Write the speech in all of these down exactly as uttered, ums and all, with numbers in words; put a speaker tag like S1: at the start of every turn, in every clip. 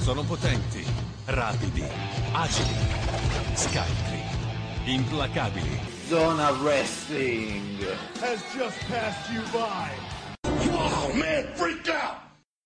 S1: Sono potenti, rapidi, agili, scaltri, implacabili.
S2: Zona Wrestling
S3: has just passed you by.
S4: Wow, man, freak out!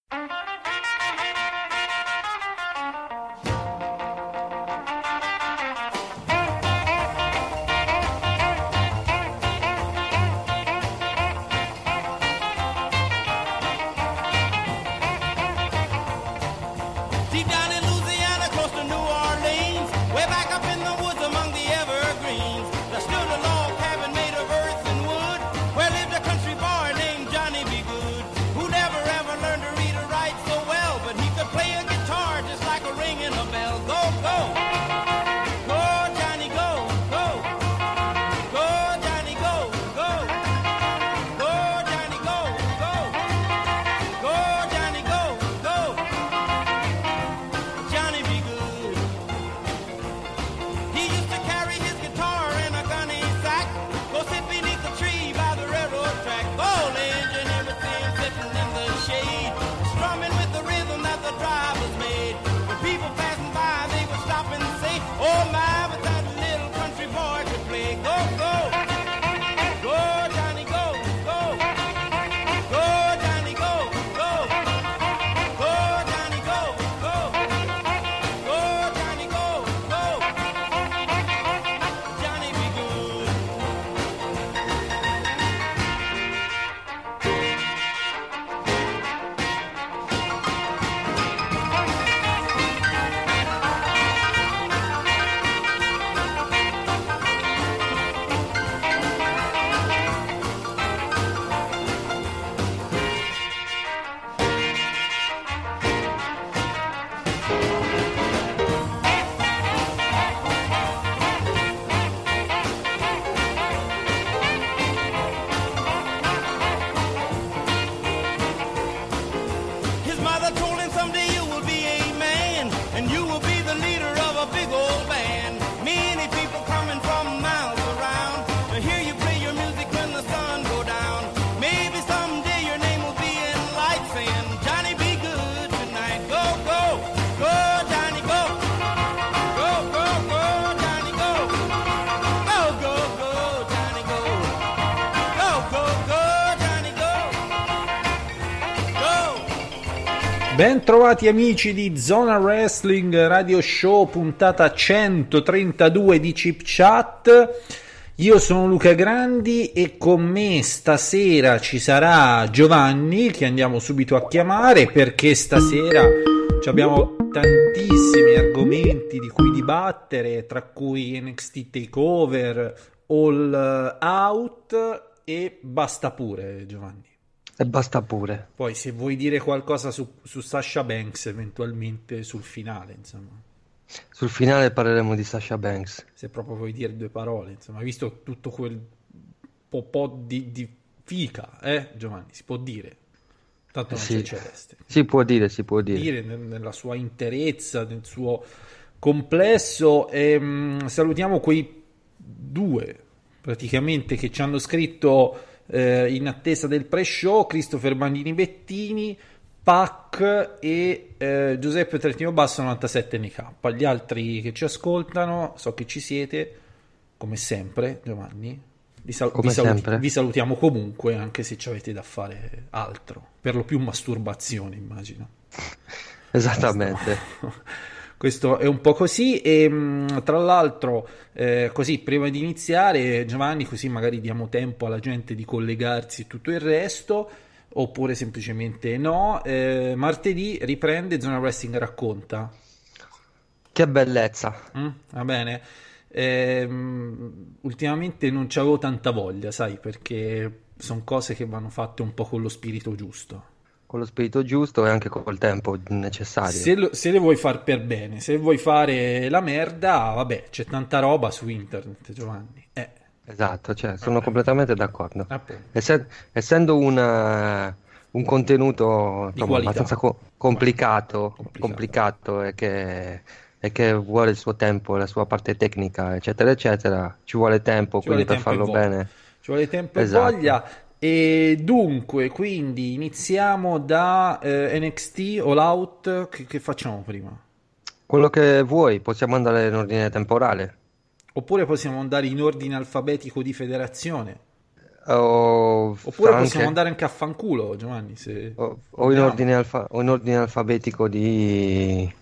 S5: Ben trovati amici di Zona Wrestling Radio Show, puntata centotrentadue di Chip Chat. Io sono Luca Grandi e con me stasera ci sarà Giovanni, che andiamo subito a chiamare perché stasera abbiamo tantissimi argomenti di cui dibattere, tra cui N X T Takeover, All Out e basta pure, Giovanni.
S6: E basta pure.
S5: Poi se vuoi dire qualcosa su, su Sasha Banks, eventualmente sul finale, insomma.
S6: Sul finale parleremo di Sasha Banks.
S5: Se proprio vuoi dire due parole, insomma, visto tutto quel po', po' di, di fica, eh, Giovanni, si può dire. Tanto non
S6: sì.
S5: c'è Celeste.
S6: Si può dire, si può dire.
S5: dire nella sua interezza, nel suo complesso. E, mh, salutiamo quei due, praticamente, che ci hanno scritto eh, in attesa del pre-show: Christopher Bandini Bettini, Pac e eh, Giuseppe Trattino Basso novantasette N K. Gli altri che ci ascoltano, so che ci siete, come sempre, Giovanni. Vi, sal-
S6: come
S5: vi, saluti-
S6: sempre.
S5: vi salutiamo comunque, anche se ci avete da fare altro, per lo più masturbazione, immagino.
S6: Esattamente.
S5: Questo, questo è un po' così. E tra l'altro, eh, così prima di iniziare, Giovanni, così magari diamo tempo alla gente di collegarsi e tutto il resto, oppure semplicemente no, eh, martedì riprende Zona Wrestling Racconta.
S6: Che bellezza.
S5: Mm, va bene. Eh, ultimamente non c'avevo tanta voglia, sai, perché sono cose che vanno fatte un po' con lo spirito giusto.
S6: Con lo spirito giusto e anche col tempo necessario.
S5: Se, lo, se le vuoi far per bene, se vuoi fare la merda, vabbè, c'è tanta roba su internet, Giovanni. Eh.
S6: Esatto, cioè, sono eh. completamente d'accordo.
S5: Ess-
S6: essendo una, un contenuto insomma, abbastanza co- complicato, complicato, complicato e che... e che vuole il suo tempo, la sua parte tecnica, eccetera, eccetera, ci vuole tempo, ci quindi vuole per tempo farlo bene.
S5: Ci vuole tempo
S6: esatto.
S5: e voglia. E dunque, quindi iniziamo da eh, N X T All Out. Che, che facciamo prima?
S6: Quello che vuoi, possiamo andare in ordine temporale.
S5: Oppure possiamo andare in ordine alfabetico di federazione.
S6: O
S5: Oppure
S6: anche...
S5: possiamo andare anche a fanculo, Giovanni. Se
S6: o, o, in ordine alfa... o in ordine alfabetico di...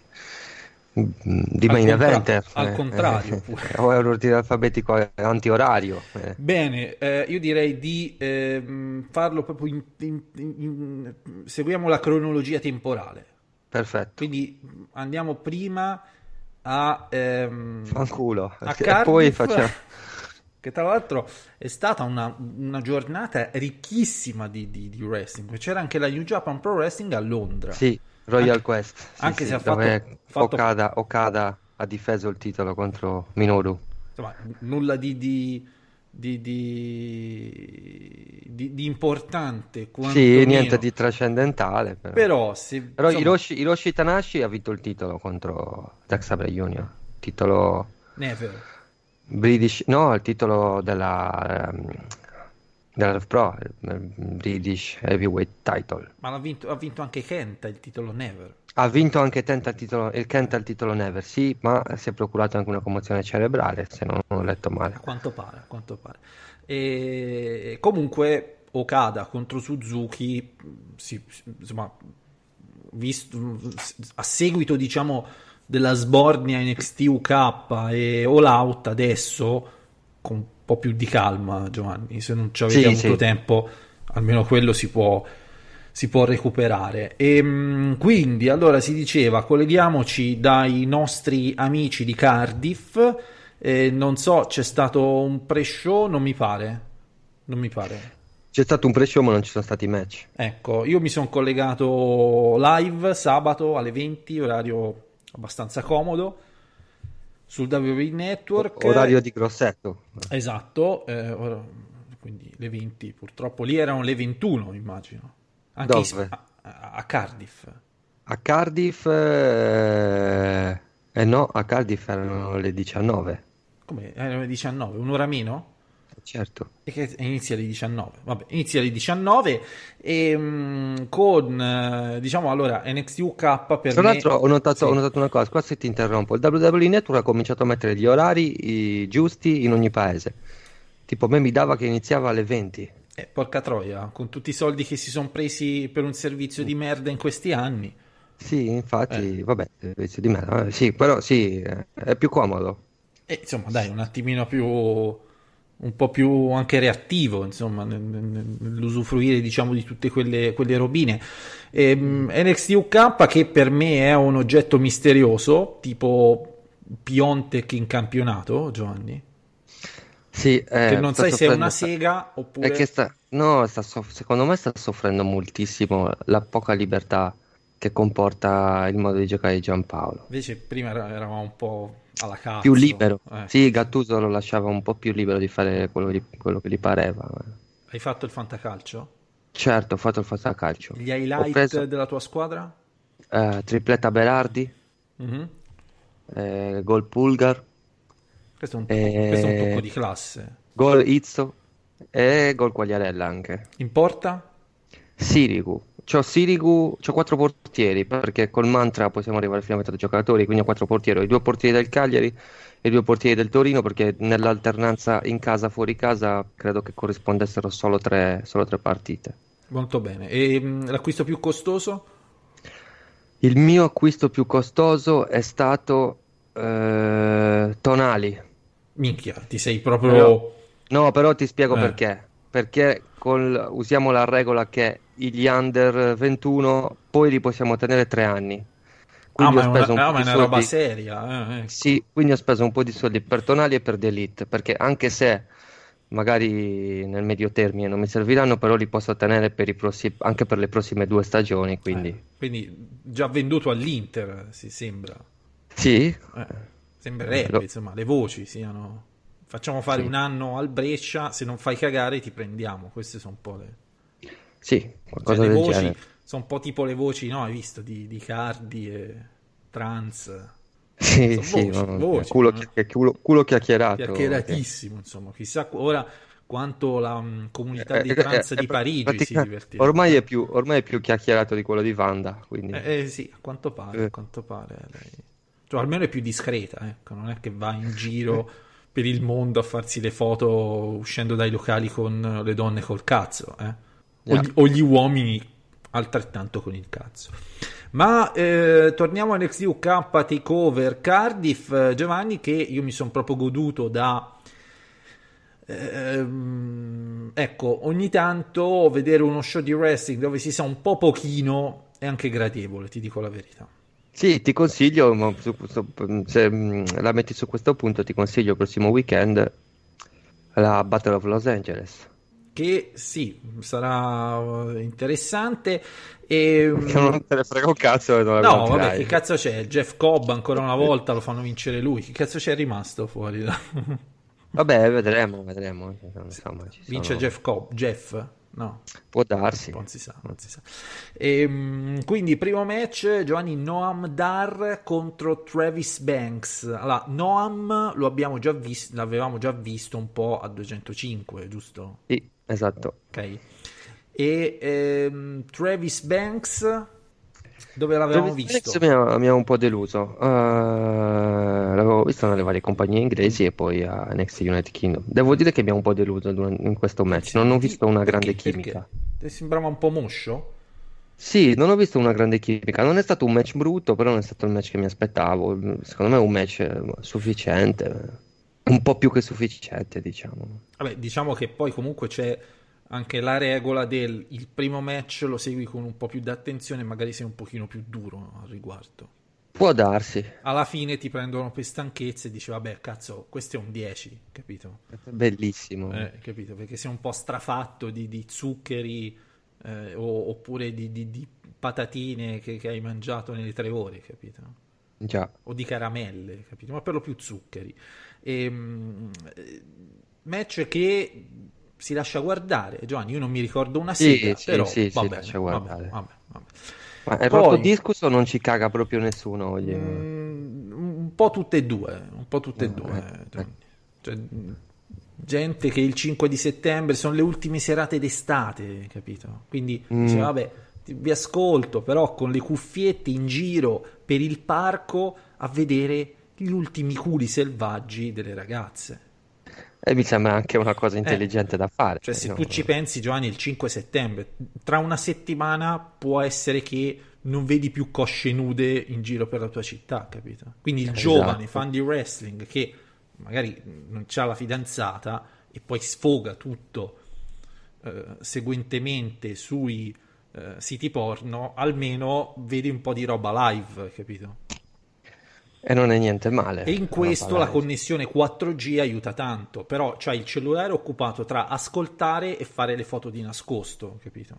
S6: di
S5: al
S6: main
S5: contra-
S6: eventer.
S5: Al
S6: eh,
S5: contrario.
S6: eh, o in ordine alfabetico antiorario. Eh.
S5: Bene, eh, io direi di eh, farlo proprio in, in, in, in... seguiamo la cronologia temporale.
S6: Perfetto.
S5: Quindi andiamo prima a ehm,
S6: fanculo.
S5: A
S6: e
S5: Cardiff,
S6: poi facciamo...
S5: che tra l'altro è stata una, una giornata ricchissima di, di, di wrestling. C'era anche la New Japan Pro Wrestling a Londra.
S6: Sì, Royal
S5: anche,
S6: Quest. Sì,
S5: anche
S6: sì,
S5: se ha
S6: dove
S5: fatto, fatto...
S6: Okada, Okada ha difeso il titolo contro Minoru.
S5: Insomma, nulla di, di, di, di, di, di importante.
S6: Sì, niente di trascendentale. Però,
S5: però, se,
S6: però
S5: insomma...
S6: Hiroshi, Hiroshi Tanahashi ha vinto il titolo contro Zack Sabre Junior Titolo...
S5: Never.
S6: British, no, il titolo della, um, della Rev Pro, il British Heavyweight Title.
S5: Ma l'ha vinto, ha vinto anche Kenta il titolo Never.
S6: Ha vinto anche Kenta il titolo, il Kenta il titolo Never, sì, ma si è procurato anche una commozione cerebrale, se non ho letto male.
S5: A quanto pare, a quanto pare. E comunque Okada contro Suzuki, si, insomma, visto, a seguito, diciamo, della sbornia N X T U K e All Out, adesso con un po' più di calma, Giovanni, se non ci avete
S6: sì,
S5: avuto
S6: sì.
S5: tempo, almeno quello si può, si può recuperare. E quindi allora si diceva, colleghiamoci dai nostri amici di Cardiff. Eh, non so, c'è stato un pre-show, non mi pare non mi pare
S6: c'è stato un pre-show ma non ci sono stati match.
S5: Ecco, io mi sono collegato live sabato alle venti, orario abbastanza comodo, sul W W E Network,
S6: orario di Grosseto.
S5: Esatto, eh, ora, quindi le venti, purtroppo lì erano le ventuno, immagino. Anche
S6: Dove?
S5: A, a, a Cardiff.
S6: A Cardiff eh... eh no, a Cardiff erano le diciannove.
S5: Come? Erano le diciannove, un'ora meno?
S6: Certo.
S5: E che inizia alle diciannove. Vabbè, inizia alle diciannove e mh, con eh, diciamo allora N X T U K per
S6: Tra
S5: me...
S6: l'altro ho notato,
S5: sì.
S6: ho notato una cosa, qua se ti interrompo, il W W E Network ha cominciato a mettere gli orari i, giusti in ogni paese. Tipo a me mi dava che iniziava alle venti.
S5: Eh, porca troia, con tutti i soldi che si sono presi per un servizio di merda in questi anni.
S6: Sì, infatti,
S5: eh.
S6: vabbè, servizio di merda, eh, sì, però sì, è più comodo.
S5: E insomma, dai, un attimino più, un po' più anche reattivo, insomma, nell'usufruire, diciamo, di tutte quelle, quelle robine. E, mm. N X T U K, che per me è un oggetto misterioso, tipo Piontek in campionato, Giovanni.
S6: Sì, eh,
S5: che non sai se è una
S6: sta...
S5: sega oppure...
S6: È che sta... No, sta soff... secondo me sta soffrendo moltissimo la poca libertà che comporta il modo di giocare di Giampaolo.
S5: Invece prima eravamo un po' alla cazzo.
S6: Più libero.
S5: Eh.
S6: Sì, Gattuso lo lasciava un po' più libero di fare quello, di... quello che gli pareva.
S5: Hai fatto il fantacalcio?
S6: Certo, ho fatto il fantacalcio.
S5: Gli highlight
S6: preso...
S5: della tua squadra?
S6: Eh, tripletta Berardi,
S5: Mm-hmm.
S6: eh, gol Pulgar,
S5: Questo è un,
S6: eh,
S5: questo è un tocco di classe.
S6: gol Izzo e gol Quagliarella anche.
S5: In porta?
S6: Sirigu. C'ho Sirigu, c'ho quattro portieri, perché col mantra possiamo arrivare fino a metà dei giocatori, quindi ho quattro portieri, ho i due portieri del Cagliari e i due portieri del Torino, perché nell'alternanza in casa fuori casa credo che corrispondessero solo tre, solo tre partite.
S5: Molto bene. E mh, l'acquisto più costoso?
S6: Il mio acquisto più costoso è stato eh, Tonali.
S5: Minchia, ti sei proprio...
S6: Però, no, però ti spiego
S5: Eh.
S6: perché. Perché col, usiamo la regola che gli under ventuno poi li possiamo tenere tre anni.
S5: Ah,
S6: Quindi
S5: ma
S6: ho
S5: è una,
S6: speso un
S5: ah,
S6: po'
S5: ma è
S6: di
S5: una roba
S6: soldi.
S5: seria. Eh, ecco.
S6: Sì, quindi ho speso un po' di soldi per Tonali e per D'Elite, perché anche se magari nel medio termine non mi serviranno, però li posso tenere per i prossi- anche per le prossime due stagioni, quindi
S5: Eh, quindi già venduto all'Inter, si sembra.
S6: sì,
S5: Eh, sembrerebbe,
S6: Lo-
S5: insomma, le voci siano... Facciamo fare
S6: Sì.
S5: un anno al Brescia, se non fai cagare ti prendiamo. Queste sono un po' le...
S6: sì,
S5: Cioè,
S6: qualcosa
S5: le
S6: del
S5: voci
S6: genere.
S5: sono un po' tipo le voci, no? Hai visto, di, di Cardi e Trans.
S6: Sì,
S5: Sono
S6: sì,
S5: voci,
S6: ma-
S5: voci,
S6: culo,
S5: no?
S6: chi- culo- culo chiacchierato.
S5: Chiacchieratissimo, insomma. Chissà, ora quanto la um, comunità
S6: Eh,
S5: di
S6: eh,
S5: trans
S6: eh,
S5: di
S6: eh,
S5: Parigi si
S6: pratica-
S5: divertiva.
S6: ormai è più, ormai è più chiacchierato di quello di Wanda, quindi
S5: Eh, eh, sì, a quanto pare,
S6: Eh.
S5: a quanto pare lei... Cioè, almeno è più discreta, ecco, non è che va in giro per il mondo a farsi le foto uscendo dai locali con le donne col cazzo, eh? O,
S6: Yeah.
S5: gli, o gli uomini altrettanto con il cazzo. Ma eh, torniamo a N X T U K Takeover Cardiff, eh, Giovanni, che io mi sono proprio goduto da... ehm, ecco, ogni tanto vedere uno show di wrestling dove si sa un po' pochino è anche gradevole, ti dico la verità.
S6: sì, ti consiglio, ma su- su- se mm, la metti su questo punto, ti consiglio il prossimo weekend la Battle of Los Angeles.
S5: Che sì, sarà eh, interessante. E,
S6: Che non te ne frega un cazzo e non la
S5: no,
S6: guardi
S5: vabbè,
S6: live.
S5: che cazzo c'è? Jeff Cobb ancora una volta lo fanno vincere lui. Che cazzo c'è rimasto fuori?
S6: Vabbè, vedremo, vedremo. Insomma, ci
S5: Vince
S6: sono-
S5: Jeff Cobb? Jeff? No,
S6: Può darsi.
S5: non si sa, non si sa. Ehm, quindi primo match, Giovanni, Noam Dar contro Travis Banks. Allora, Noam lo abbiamo già visto, l'avevamo già visto un po' a duecentocinque, giusto?
S6: Sì, esatto.
S5: Ok. E ehm, Travis Banks dove l'avevamo
S6: Travis
S5: visto?
S6: Banks mi ha, mi ha un po' deluso. Eh, l'avevo visto nelle varie compagnie inglesi e poi a N X T United Kingdom. Devo dire che mi ha un po' deluso durante- in questo match. Non ho visto una grande
S5: Perché?
S6: chimica.
S5: Perché? Ti sembrava un po' moscio?
S6: Sì, non ho visto una grande chimica. Non è stato un match brutto, però non è stato il match che mi aspettavo. Secondo me è un match eh, sufficiente. Un po' più che sufficiente, diciamo.
S5: Vabbè, diciamo che poi comunque c'è anche la regola del il primo match lo segui con un po' più di attenzione, magari sei un pochino più duro al riguardo.
S6: Può darsi.
S5: Alla fine ti prendono per stanchezza e dici vabbè, cazzo, questo è un dieci, capito?
S6: Bellissimo.
S5: Eh, capito? Perché sei un po' strafatto di, di zuccheri eh, o- oppure di, di- di patatine che, che hai mangiato nelle tre ore, capito?
S6: Già.
S5: O di caramelle, capito? Ma per lo più zuccheri. Ehm, eh, match che si lascia guardare, Giovanni, io non mi ricordo una
S6: Sì,
S5: sega,
S6: sì,
S5: però
S6: sì,
S5: va
S6: si
S5: bene,
S6: lascia
S5: va bene,
S6: guardare.
S5: va bene, va bene.
S6: Ma il
S5: Poi-
S6: rotto discus o non ci caga proprio nessuno oggi?
S5: Mm, un po' tutte e due, un po' tutte e
S6: Eh,
S5: due.
S6: eh,
S5: Giovanni. Cioè, mh, gente che il cinque di settembre sono le ultime serate d'estate, capito? Quindi
S6: Mm.
S5: dice, vabbè, ti- vi ascolto, però con le cuffiette in giro per il parco a vedere gli ultimi culi selvaggi delle ragazze.
S6: E mi sembra anche una cosa intelligente da fare.
S5: Cioè, se
S6: no?
S5: tu ci pensi, Giovanni, il cinque settembre, tra una settimana può essere che non vedi più cosce nude in giro per la tua città, capito? Quindi il
S6: Esatto.
S5: giovane fan di wrestling che magari non c'ha la fidanzata e poi sfoga tutto eh, seguentemente sui eh, siti porno, almeno vedi un po' di roba live, capito?
S6: E non è niente male.
S5: E in questo
S6: Roba
S5: la
S6: live.
S5: connessione quattro G aiuta tanto, però c'hai il cellulare occupato tra ascoltare e fare le foto di nascosto, capito?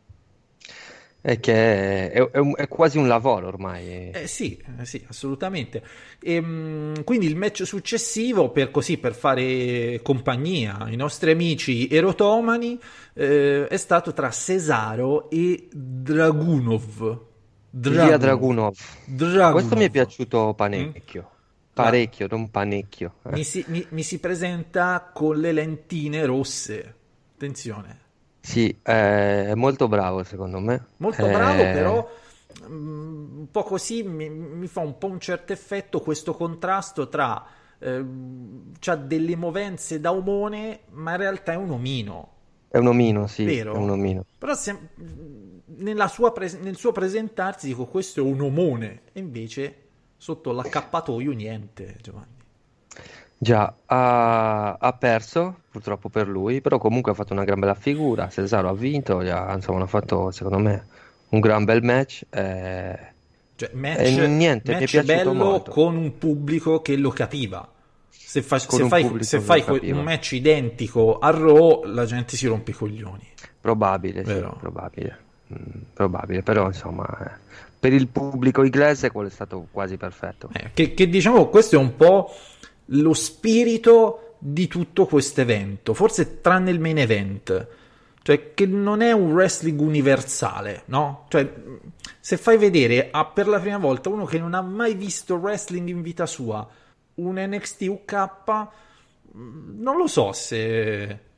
S6: È che è, è un- è quasi un lavoro ormai.
S5: Eh sì, eh sì, assolutamente. Ehm, quindi il match successivo, per così, per fare compagnia ai nostri amici erotomani, eh, è stato tra Cesaro e Dragunov.
S6: Ilya Dragunov.
S5: Dragunov.
S6: Questo mi è piaciuto parecchio. Parecchio, non panecchio. Eh.
S5: Mi si, mi- mi si presenta con le lentine rosse. Attenzione.
S6: Sì, è molto bravo secondo me.
S5: Molto
S6: Eh,
S5: bravo, però mm, un po' così mi, mi fa un po' un certo effetto questo contrasto tra ehm, c'ha delle movenze da omone, ma in realtà è un omino.
S6: È un omino, sì,
S5: Vero?
S6: è un omino.
S5: Però se- nella sua pres- nel suo presentarsi dico questo è un omone, e invece sotto l'accappatoio niente, Giovanni.
S6: Già, ha, ha perso, purtroppo per lui, però comunque ha fatto una gran bella figura. Cesaro ha vinto, gli ha- insomma, hanno fatto secondo me un gran bel match. eh,
S5: Cioè, match,
S6: E niente, mi è
S5: match
S6: piaciuto
S5: bello
S6: molto.
S5: con un pubblico che lo capiva. Se, fa-
S6: Con
S5: se
S6: un
S5: fai,
S6: pubblico
S5: se
S6: che
S5: fai
S6: lo
S5: que-
S6: capiva.
S5: un match identico a Raw, la gente si rompe i coglioni.
S6: Probabile, sì,
S5: Vero.
S6: probabile. Mm, probabile, però insomma, eh, per il pubblico inglese quello è stato quasi perfetto.
S5: Eh, che, che diciamo, questo è un po' lo spirito di tutto questo evento, forse tranne il main event. Cioè, che non è un wrestling universale, no? Cioè, se fai vedere a per la prima volta uno che non ha mai visto wrestling in vita sua, un N X T U K, non lo so se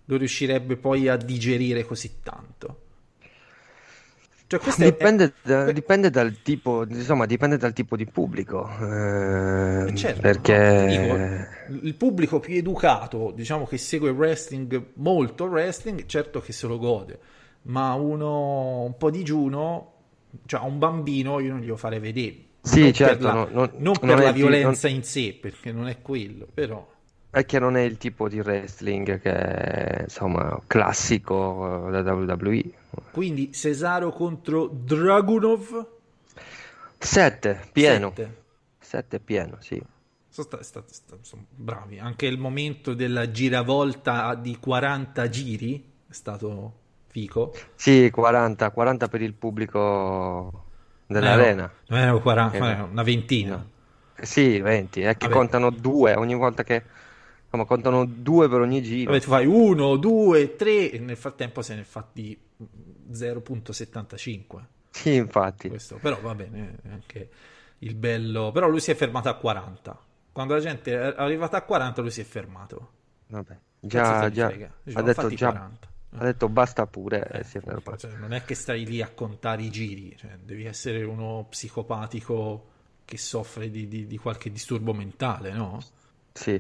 S5: lo riuscirebbe poi a digerire così tanto. Cioè, questo è-
S6: Dipende,
S5: è-
S6: da- dipende dal tipo, insomma, dipende dal tipo di pubblico. eh,
S5: Eh, certo,
S6: perché
S5: no, dico, il pubblico più educato, diciamo che segue il wrestling, molto il wrestling, certo che se lo gode, ma uno un po' digiuno, cioè a un bambino io non glielo farei vedere.
S6: Sì,
S5: non
S6: certo,
S5: per la,
S6: no, non-
S5: non per
S6: non è
S5: la
S6: il fi-
S5: violenza in sé, perché non è quello, però.
S6: è che non è il tipo di wrestling che è, insomma, classico eh, da W W E.
S5: Quindi Cesaro contro Dragunov,
S6: sette, pieno.
S5: sette.
S6: sette pieno, sì.
S5: Sono, sta- sta- sta- sono bravi. Anche il momento della giravolta di quaranta giri è stato fico.
S6: Sì, quaranta, quaranta per il pubblico
S5: Non
S6: dell'arena.
S5: erano- non erano quaranta,
S6: Esatto.
S5: ma erano una ventina.
S6: No. Sì, venti, è che
S5: Vabbè.
S6: contano due ogni volta che... Insomma, contano due per ogni giro.
S5: Vabbè, tu fai uno, due, tre e nel frattempo se ne è fatti zero virgola settantacinque.
S6: Sì, infatti.
S5: Questo, però va bene, è anche il bello. Però lui si è fermato a quaranta. Quando la gente è arrivata a quaranta lui si è fermato.
S6: Vabbè.
S5: Cazzo
S6: Già,
S5: se ne
S6: già,
S5: frega. Dice,
S6: ha
S5: "Ho
S6: detto
S5: fatti
S6: già,
S5: quaranta".
S6: ha detto basta pure e
S5: Eh,
S6: si è fermato.
S5: cioè, non è che stai lì a contare i giri, cioè, devi essere uno psicopatico che soffre di, di- di qualche disturbo mentale, no?
S6: Sì.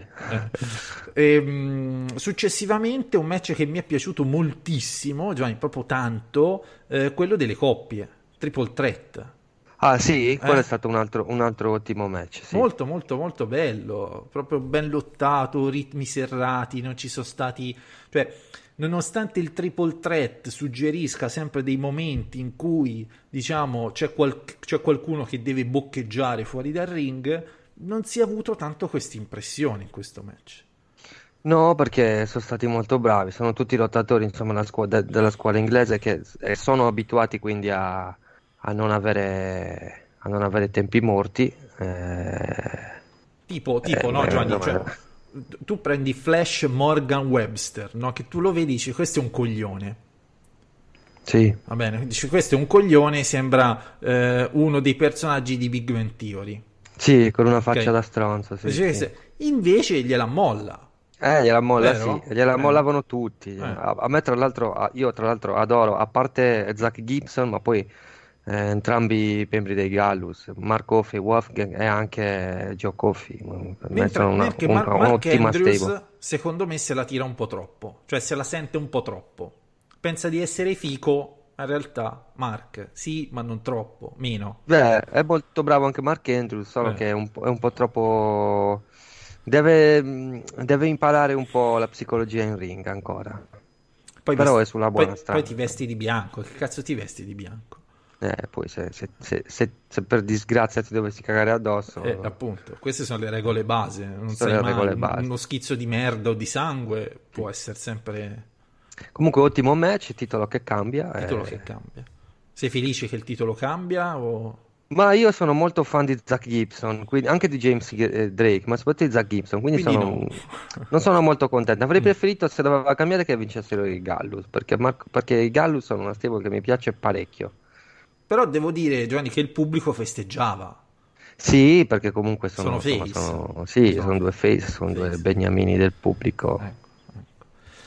S5: Ehm, successivamente un match che mi è piaciuto moltissimo, Giovanni, proprio tanto, eh, quello delle coppie, Triple Threat.
S6: Ah, sì, quello
S5: Eh.
S6: è stato un altro, un altro ottimo match, sì.
S5: Molto, molto, molto bello, proprio ben lottato, ritmi serrati, non ci sono stati, cioè, nonostante il triple threat suggerisca sempre dei momenti in cui, diciamo, c'è, qual- c'è qualcuno che deve boccheggiare fuori dal ring, non si è avuto tanto questa impressione in questo match.
S6: No, perché sono stati molto bravi, sono tutti lottatori, insomma, della squadra, della squadra inglese che eh, sono abituati quindi a, a non avere, a non avere tempi morti. eh,
S5: Tipo, tipo
S6: Eh,
S5: no,
S6: beh,
S5: Giovanni,
S6: no,
S5: cioè,
S6: ma-
S5: tu prendi Flash Morgan Webster, no? Che tu lo vedi e dici, questo è un coglione.
S6: Sì,
S5: Va bene, dici, questo è un coglione, sembra eh, uno dei personaggi di Big Bang Theory.
S6: sì, con una faccia
S5: Ok.
S6: da stronzo, sì,
S5: Dice che
S6: sì.
S5: se- Invece gliela molla.
S6: Eh, gliela molla,
S5: Vero?
S6: sì, gliela
S5: Eh.
S6: mollavano tutti.
S5: Eh.
S6: A, a me, tra l'altro, a- io tra l'altro adoro, a parte Zach Gibson, ma poi eh, entrambi i membri dei Gallus, Mark Coffey, Wolfgang e anche Joe Coffey. Per me
S5: Mentre,
S6: sono una,
S5: mentre
S6: un-
S5: Mar- Mark
S6: un'ottima
S5: Andrews,
S6: stable.
S5: secondo me, se la tira un po' troppo. Cioè, se la sente un po' troppo. Pensa di essere fico, in realtà, Mark, sì, ma non troppo, meno.
S6: Beh, è molto bravo anche Mark Andrews, solo
S5: Eh.
S6: che è un po', è un po' troppo... Deve, mh, deve imparare un po' la psicologia in ring ancora.
S5: Poi
S6: Però
S5: vesti-
S6: è sulla buona
S5: poi,
S6: strada.
S5: poi ti vesti di bianco. Che cazzo ti vesti di bianco?
S6: Eh, poi se, se- se- se- se per disgrazia ti dovessi cagare addosso...
S5: Eh, appunto, queste sono le regole base. Non
S6: Sono
S5: sai
S6: le
S5: mai,
S6: regole
S5: un-
S6: base.
S5: uno schizzo di merda o di sangue può essere sempre
S6: Comunque ottimo match, titolo che cambia.
S5: il titolo
S6: eh.
S5: che cambia. Sei felice che il titolo cambia? O...
S6: Ma io sono molto fan di Zach Gibson, quindi anche di James eh, Drake, ma soprattutto di Zach Gibson, quindi,
S5: Quindi
S6: sono,
S5: no.
S6: non sono molto contento. Avrei
S5: Mm.
S6: preferito se doveva cambiare che vincessero i Gallus, perché, Marco- perché i Gallus sono una stable che mi piace parecchio.
S5: Però devo dire, Giovanni, che il pubblico festeggiava.
S6: Sì, perché comunque sono,
S5: Sono
S6: insomma,
S5: face.
S6: sono- sì,
S5: Sono
S6: sono due face, sono due
S5: face.
S6: beniamini del pubblico.
S5: Ecco, ecco.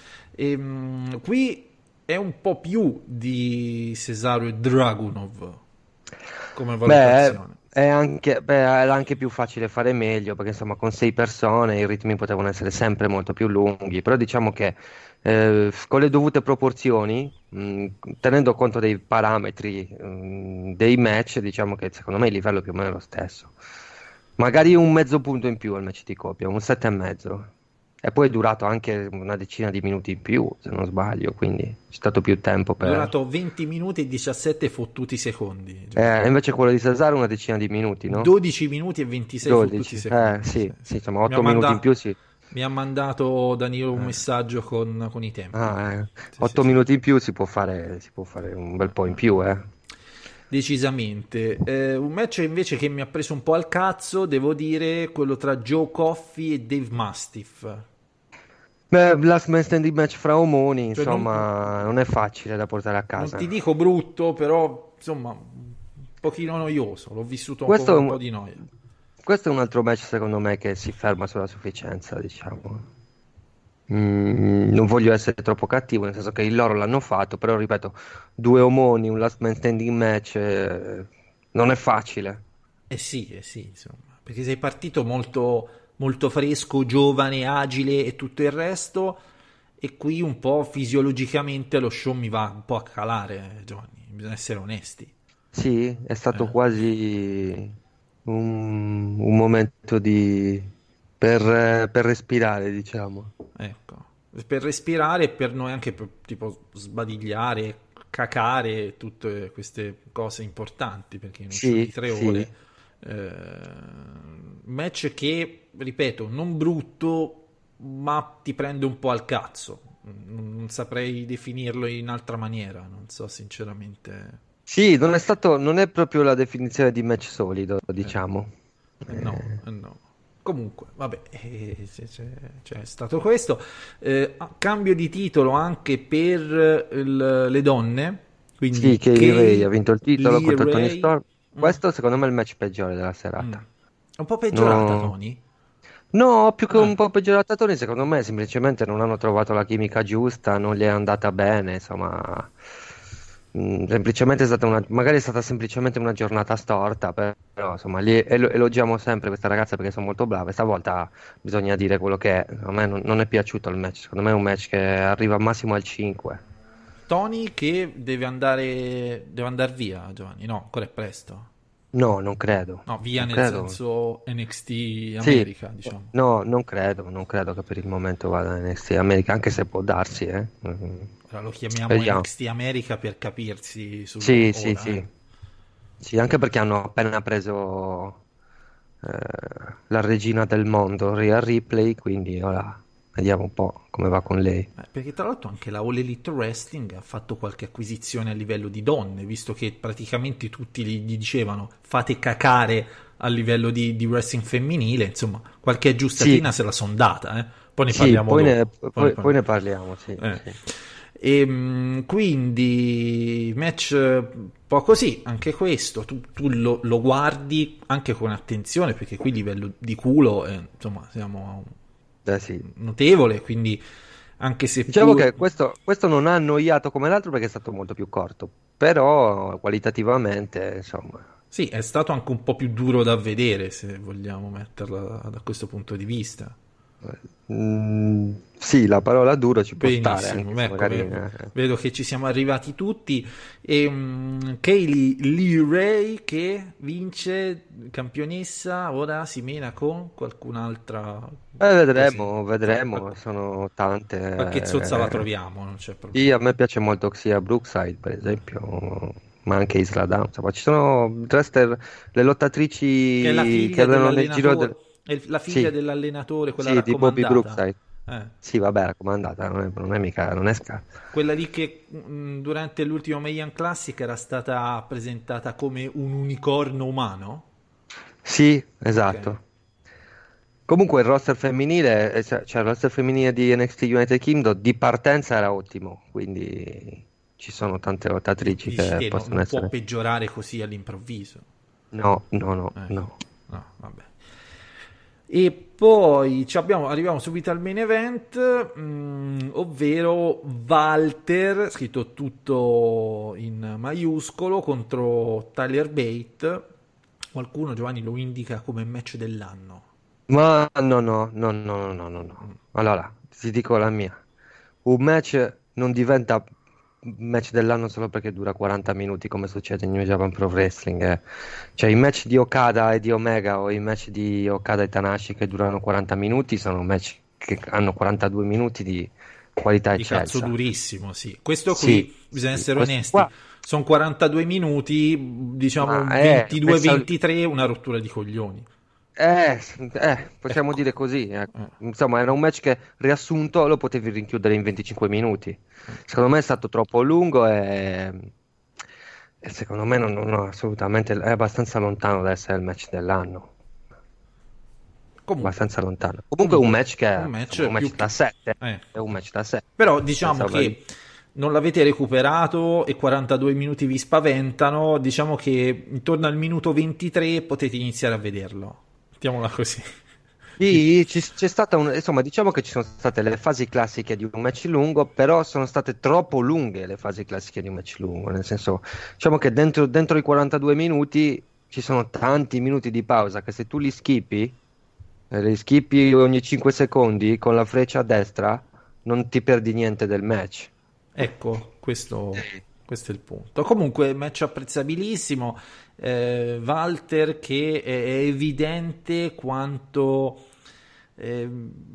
S5: Ehm, qui è un po' più di Cesaro e Dragunov come
S6: Beh,
S5: valutazione.
S6: è anche, beh, era anche più facile fare meglio perché insomma con sei persone i ritmi potevano essere sempre molto più lunghi, però diciamo che eh, con le dovute proporzioni, mh, tenendo conto dei parametri mh, dei match, diciamo che secondo me il livello più o meno è lo stesso. Magari un mezzo punto in più al match di coppia, un sette e mezzo. E poi è durato anche una decina di minuti in più, se non sbaglio, quindi c'è stato più tempo
S5: È
S6: per...
S5: durato venti minuti e diciassette fottuti secondi.
S6: Eh, invece quello di Cesaro una decina di minuti, no?
S5: dodici minuti e ventisei fottuti
S6: dodici,
S5: secondi.
S6: eh sì, sì, insomma
S5: Mi
S6: otto
S5: ha
S6: minuti
S5: manda-
S6: in più sì.
S5: Mi ha mandato Danilo un messaggio con, con i tempi.
S6: Ah, eh.
S5: Sì,
S6: otto
S5: sì,
S6: minuti in più si può fare, si può fare un bel po' in più, eh.
S5: Decisamente. Eh, un match invece che mi ha preso un po' al cazzo, devo dire, quello tra Joe Coffey e Dave Mastiff.
S6: Beh, last man standing match fra omoni,
S5: Cioè,
S6: insomma, non... è facile da portare a casa.
S5: Non ti dico brutto, però insomma un pochino noioso. L'ho vissuto un,
S6: Questo
S5: po',
S6: è
S5: un
S6: un-
S5: po' di noia.
S6: Questo è un altro match secondo me che si ferma sulla sufficienza, diciamo. Mm, non voglio essere troppo cattivo, nel senso che il loro l'hanno fatto, però ripeto, due omoni, un last man standing match, eh, non è facile.
S5: Eh sì, eh sì, insomma, perché sei partito molto, molto fresco, giovane, agile e tutto il resto, e qui un po' fisiologicamente lo show mi va un po' a calare, Giovanni, bisogna essere onesti.
S6: Sì, è stato
S5: Eh.
S6: quasi un, un momento di per, eh, per respirare, diciamo.
S5: Ecco, per respirare e per noi anche per, tipo sbadigliare, cacare, tutte queste cose importanti, perché in un show
S6: Sì,
S5: di tre
S6: sì.
S5: ore, eh, match che, ripeto, non brutto, ma ti prende un po' al cazzo. Non, non saprei definirlo in altra maniera, non so sinceramente.
S6: Sì, non è stato, non è proprio la definizione di match solido, diciamo.
S5: Eh, no, eh, no. Comunque, vabbè, eh, c'è, c'è- c'è stato questo. Eh, ah, cambio di titolo anche per il- le donne.
S6: Sì,
S5: Quindi
S6: che il Ray ha vinto il titolo
S5: Lee
S6: contro Tony
S5: Ray.
S6: Storm.
S5: Mm,
S6: Questo secondo me è il match peggiore della
S5: mm.
S6: serata.
S5: È un po' peggiorata,
S6: No,
S5: Tony.
S6: no, più che
S5: Eh,
S6: un po' peggiorata Tony, secondo me semplicemente non hanno trovato la chimica giusta, non gli è andata bene, insomma. Mm, semplicemente è stata una, magari è stata semplicemente una giornata storta, però insomma, li elo- elogiamo sempre questa ragazza perché sono molto brave. Stavolta bisogna dire quello che è. A me non, non è piaciuto il match, secondo me è un match che arriva al massimo al cinque.
S5: Tony che deve andare, deve andare via, Giovanni. No, ancora è presto.
S6: No, non credo.
S5: No, via
S6: Non
S5: nel
S6: credo.
S5: senso N X T
S6: Sì,
S5: America, diciamo.
S6: no, non credo, non credo che per il momento vada in N X T America, anche se può darsi, eh. Mm,
S5: Ora lo chiamiamo
S6: Speriamo.
S5: N X T America per capirsi sul
S6: Sì, sì,
S5: ora,
S6: sì.
S5: eh.
S6: Sì, anche perché hanno appena preso eh, la regina del mondo, Rhea Ripley, quindi ora vediamo un po' come va con lei.
S5: Eh, Perché tra l'altro anche la All Elite Wrestling ha fatto qualche acquisizione a livello di donne, visto che praticamente tutti gli gli dicevano fate cacare a livello di, di wrestling femminile, insomma, qualche aggiustatina
S6: Sì,
S5: se la son data, eh. Poi ne
S6: sì,
S5: parliamo
S6: poi ne,
S5: dopo. Poi ne
S6: poi- poi ne
S5: parliamo.
S6: parliamo, sì,
S5: Eh.
S6: sì.
S5: E, mh, quindi match eh, un po' così, anche questo, tu, tu lo, lo guardi anche con attenzione, perché qui livello di culo, eh, insomma, siamo
S6: Eh, sì.
S5: notevole, quindi anche se
S6: Diciamo
S5: pur...
S6: che questo, questo non ha annoiato come l'altro perché è stato molto più corto, però qualitativamente, insomma,
S5: Sì, è stato anche un po' più duro da vedere, se vogliamo metterla da questo punto di vista.
S6: mm, sì, la parola duro ci può stare,
S5: Benissimo,
S6: anche se
S5: ecco,
S6: magari...
S5: ve-
S6: eh,
S5: vedo che ci siamo arrivati tutti. E um, Kaylee Lee Ray che vince campionessa, ora si mena con qualcun'altra.
S6: Eh,
S5: Così.
S6: vedremo, vedremo,
S5: Qual-
S6: sono tante.
S5: Qualche zozza la
S6: eh.
S5: troviamo, non c'è
S6: Sì,
S5: problema.
S6: a me piace molto sia Brookside, per esempio, ma anche Isla Dawn. Insomma, ci sono wrestler, le
S5: Che è la
S6: lottatrici che
S5: figlia
S6: erano nel giro
S5: dell'allenatore,
S6: del...
S5: è la figlia
S6: Sì,
S5: dell'allenatore, quella
S6: sì, di Bobby
S5: raccomandata.
S6: Brookside.
S5: Eh.
S6: Sì, vabbè, raccomandata, non è, non è mica, non è scarsa.
S5: Quella lì che mh, durante l'ultimo Mayan Classic era stata presentata come un unicorno umano.
S6: Sì,
S5: Ok.
S6: esatto. Comunque il roster femminile, eh, cioè cioè, il roster femminile di N X T United Kingdom di partenza era ottimo, quindi ci sono tante lottatrici
S5: Dici
S6: che
S5: te, no,
S6: possono
S5: non può
S6: essere...
S5: peggiorare così all'improvviso.
S6: No, no, no,
S5: Ecco.
S6: no.
S5: No, vabbè. E poi ci abbiamo, arriviamo subito al main event, mh, ovvero Walter, scritto tutto in maiuscolo, contro Tyler Bate. Qualcuno, Giovanni, lo indica come match dell'anno.
S6: Ma no, no, no, no, no, no, no, no. Allora, ti dico la mia. Un match non diventa match dell'anno solo perché dura quaranta minuti come succede in New Japan Pro Wrestling. eh. Cioè i match di Okada e di Omega o i match di Okada e Tanahashi che durano quaranta minuti sono match che hanno quarantadue minuti di qualità
S5: Di cazzo
S6: eccelsa.
S5: durissimo, sì. Questo qui,
S6: Sì,
S5: bisogna
S6: sì,
S5: essere
S6: questo
S5: onesti,
S6: qua,
S5: sono quarantadue minuti, diciamo
S6: ma è,
S5: ventidue
S6: pensa,
S5: ventitré, una rottura di coglioni.
S6: eh, eh, possiamo
S5: Ecco.
S6: dire così. eh.
S5: Eh.
S6: Insomma, era un match che riassunto lo potevi rinchiudere in venticinque minuti. Secondo me è stato troppo lungo e, e secondo me non, non- no, assolutamente è abbastanza lontano da essere il match dell'anno.
S5: Comunque,
S6: Abbastanza lontano. Comunque è un
S5: comunque,
S6: match che
S5: un match
S6: insomma, un
S5: più
S6: match da
S5: che...
S6: sette.
S5: eh.
S6: È un match da sette.
S5: Però diciamo
S6: Senza
S5: che non l'avete recuperato e quarantadue minuti vi spaventano, diciamo che intorno al minuto ventitré potete iniziare a vederlo. Mettiamola così.
S6: Sì, ci- c'è stata un, insomma, diciamo che ci sono state le fasi classiche di un match lungo, però sono state troppo lunghe le fasi classiche di un match lungo, nel senso, diciamo che dentro, dentro i quarantadue minuti ci sono tanti minuti di pausa che se tu li skippi, eh, li skippi ogni cinque secondi con la freccia a destra, non ti perdi niente del match.
S5: Ecco, questo, questo è il punto. Comunque, match apprezzabilissimo. Eh, Walter che è, è evidente quanto eh,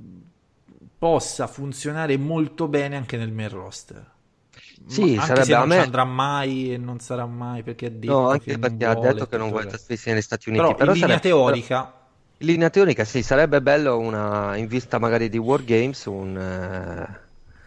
S5: possa funzionare molto bene anche nel main roster.
S6: Sì,
S5: Ma anche
S6: sarebbe
S5: se
S6: a
S5: non
S6: me.
S5: ci andrà mai e non sarà mai perché ha detto
S6: No,
S5: che
S6: anche
S5: non
S6: perché ha
S5: vuole
S6: detto che
S5: e
S6: non
S5: tutto
S6: vuole
S5: il resto.
S6: trasferirsi negli Stati Uniti.
S5: Però
S6: Però
S5: in linea
S6: sarebbe,
S5: teorica
S6: in linea teorica sì, sarebbe bello una, in vista magari di War Games, un, eh,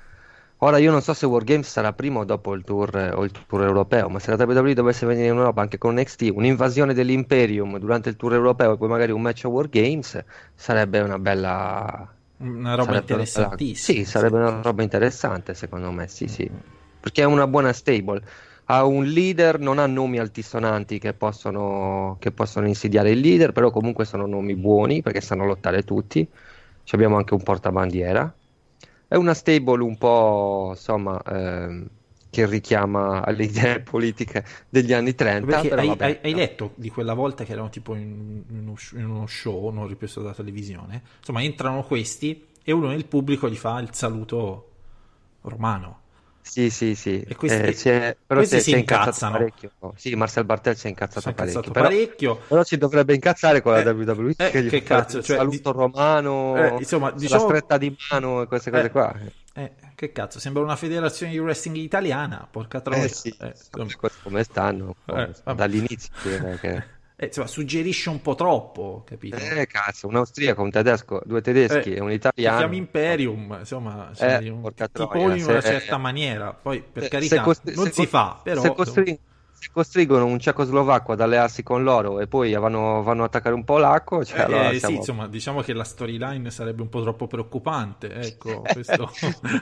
S6: ora io non so se War Games sarà prima o dopo il tour, eh, o il tour europeo, ma se la W W E dovesse venire in Europa anche con N X T, un'invasione dell'Imperium durante il tour europeo e poi magari un match a War Games, sarebbe una bella...
S5: una roba
S6: sarebbe una bella-
S5: interessantissima.
S6: Sì, sarebbe
S5: sì,
S6: una
S5: sì,
S6: roba interessante secondo me, sì sì, perché è una buona stable. Ha un leader, non ha nomi altisonanti che possono, che possono insidiare il leader, però comunque sono nomi buoni perché sanno lottare tutti. Ci abbiamo anche un portabandiera. È una stable un po', insomma, ehm, che richiama alle idee politiche degli anni trenta.
S5: Perché
S6: Però
S5: hai,
S6: vabbè,
S5: hai- hai
S6: no.
S5: letto di quella volta che erano tipo in, in uno, sh- in uno show, non ripreso dalla televisione, insomma entrano questi e uno nel pubblico gli fa il saluto romano.
S6: Sì, sì, sì.
S5: E questi,
S6: Eh, si è- però
S5: questi
S6: si è,
S5: si
S6: si è incazzato
S5: incazzano.
S6: parecchio. Sì, Marcel Bartel si è incazzato
S5: Si è
S6: parecchio.
S5: incazzato
S6: Però,
S5: parecchio.
S6: però si dovrebbe incazzare con la
S5: Eh,
S6: W W E
S5: eh,
S6: che gli
S5: che
S6: fa fare
S5: cazzo,
S6: il
S5: cioè,
S6: saluto
S5: di-
S6: romano,
S5: eh, insomma,
S6: la
S5: diciamo-
S6: stretta di mano e queste cose
S5: Eh,
S6: qua.
S5: eh, che cazzo, sembra una federazione di wrestling italiana, porca troia.
S6: Eh sì,
S5: Eh,
S6: insomma,
S5: insomma.
S6: cose come stanno
S5: Eh, vabbè.
S6: dall'inizio direi che...
S5: Eh, insomma, suggerisce un po' troppo, capito?
S6: Eh cazzo, un austriaco, un tedesco, due tedeschi
S5: Eh,
S6: e un
S5: Ti
S6: italiano.
S5: chiami Imperium, insomma, cioè,
S6: Eh,
S5: un-
S6: porca
S5: ti
S6: troia,
S5: poni in una
S6: se-
S5: certa maniera. Poi, per
S6: se-
S5: carità,
S6: se costri-
S5: non
S6: se
S5: si
S6: co-
S5: fa, però...
S6: se, costri- se costringono un cecoslovacco ad allearsi con loro e poi vanno, vanno a attaccare un polacco, cioè
S5: Eh,
S6: allora
S5: eh, sì,
S6: siamo...
S5: insomma, diciamo che la storyline sarebbe un po' troppo preoccupante, ecco, questo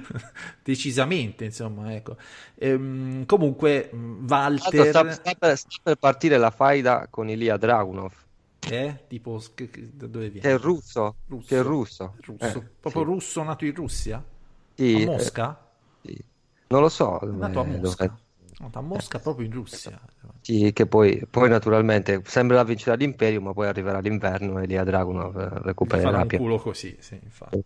S5: decisamente, insomma, ecco. Ehm, comunque, mh,
S6: Tra l'altro sta,
S5: Walter,
S6: sta per, sta per partire la faida con Ilya Dragunov,
S5: eh, tipo, che- che- da dove viene?
S6: che è russo,
S5: Russo.
S6: che è russo.
S5: Russo,
S6: Eh,
S5: proprio
S6: sì.
S5: russo nato in Russia?
S6: Sì,
S5: A
S6: eh,
S5: Mosca?
S6: sì. Non lo so
S5: È
S6: dove-
S5: nato a Mosca.
S6: dove-
S5: Nato a Mosca, proprio in Russia.
S6: Sì, che poi, poi naturalmente sembrerà vincere l'Imperium, ma poi arriverà l'inverno e Ilya Dragunov eh,
S5: Mi farà
S6: recupererà
S5: un
S6: più.
S5: culo così, sì, infatti.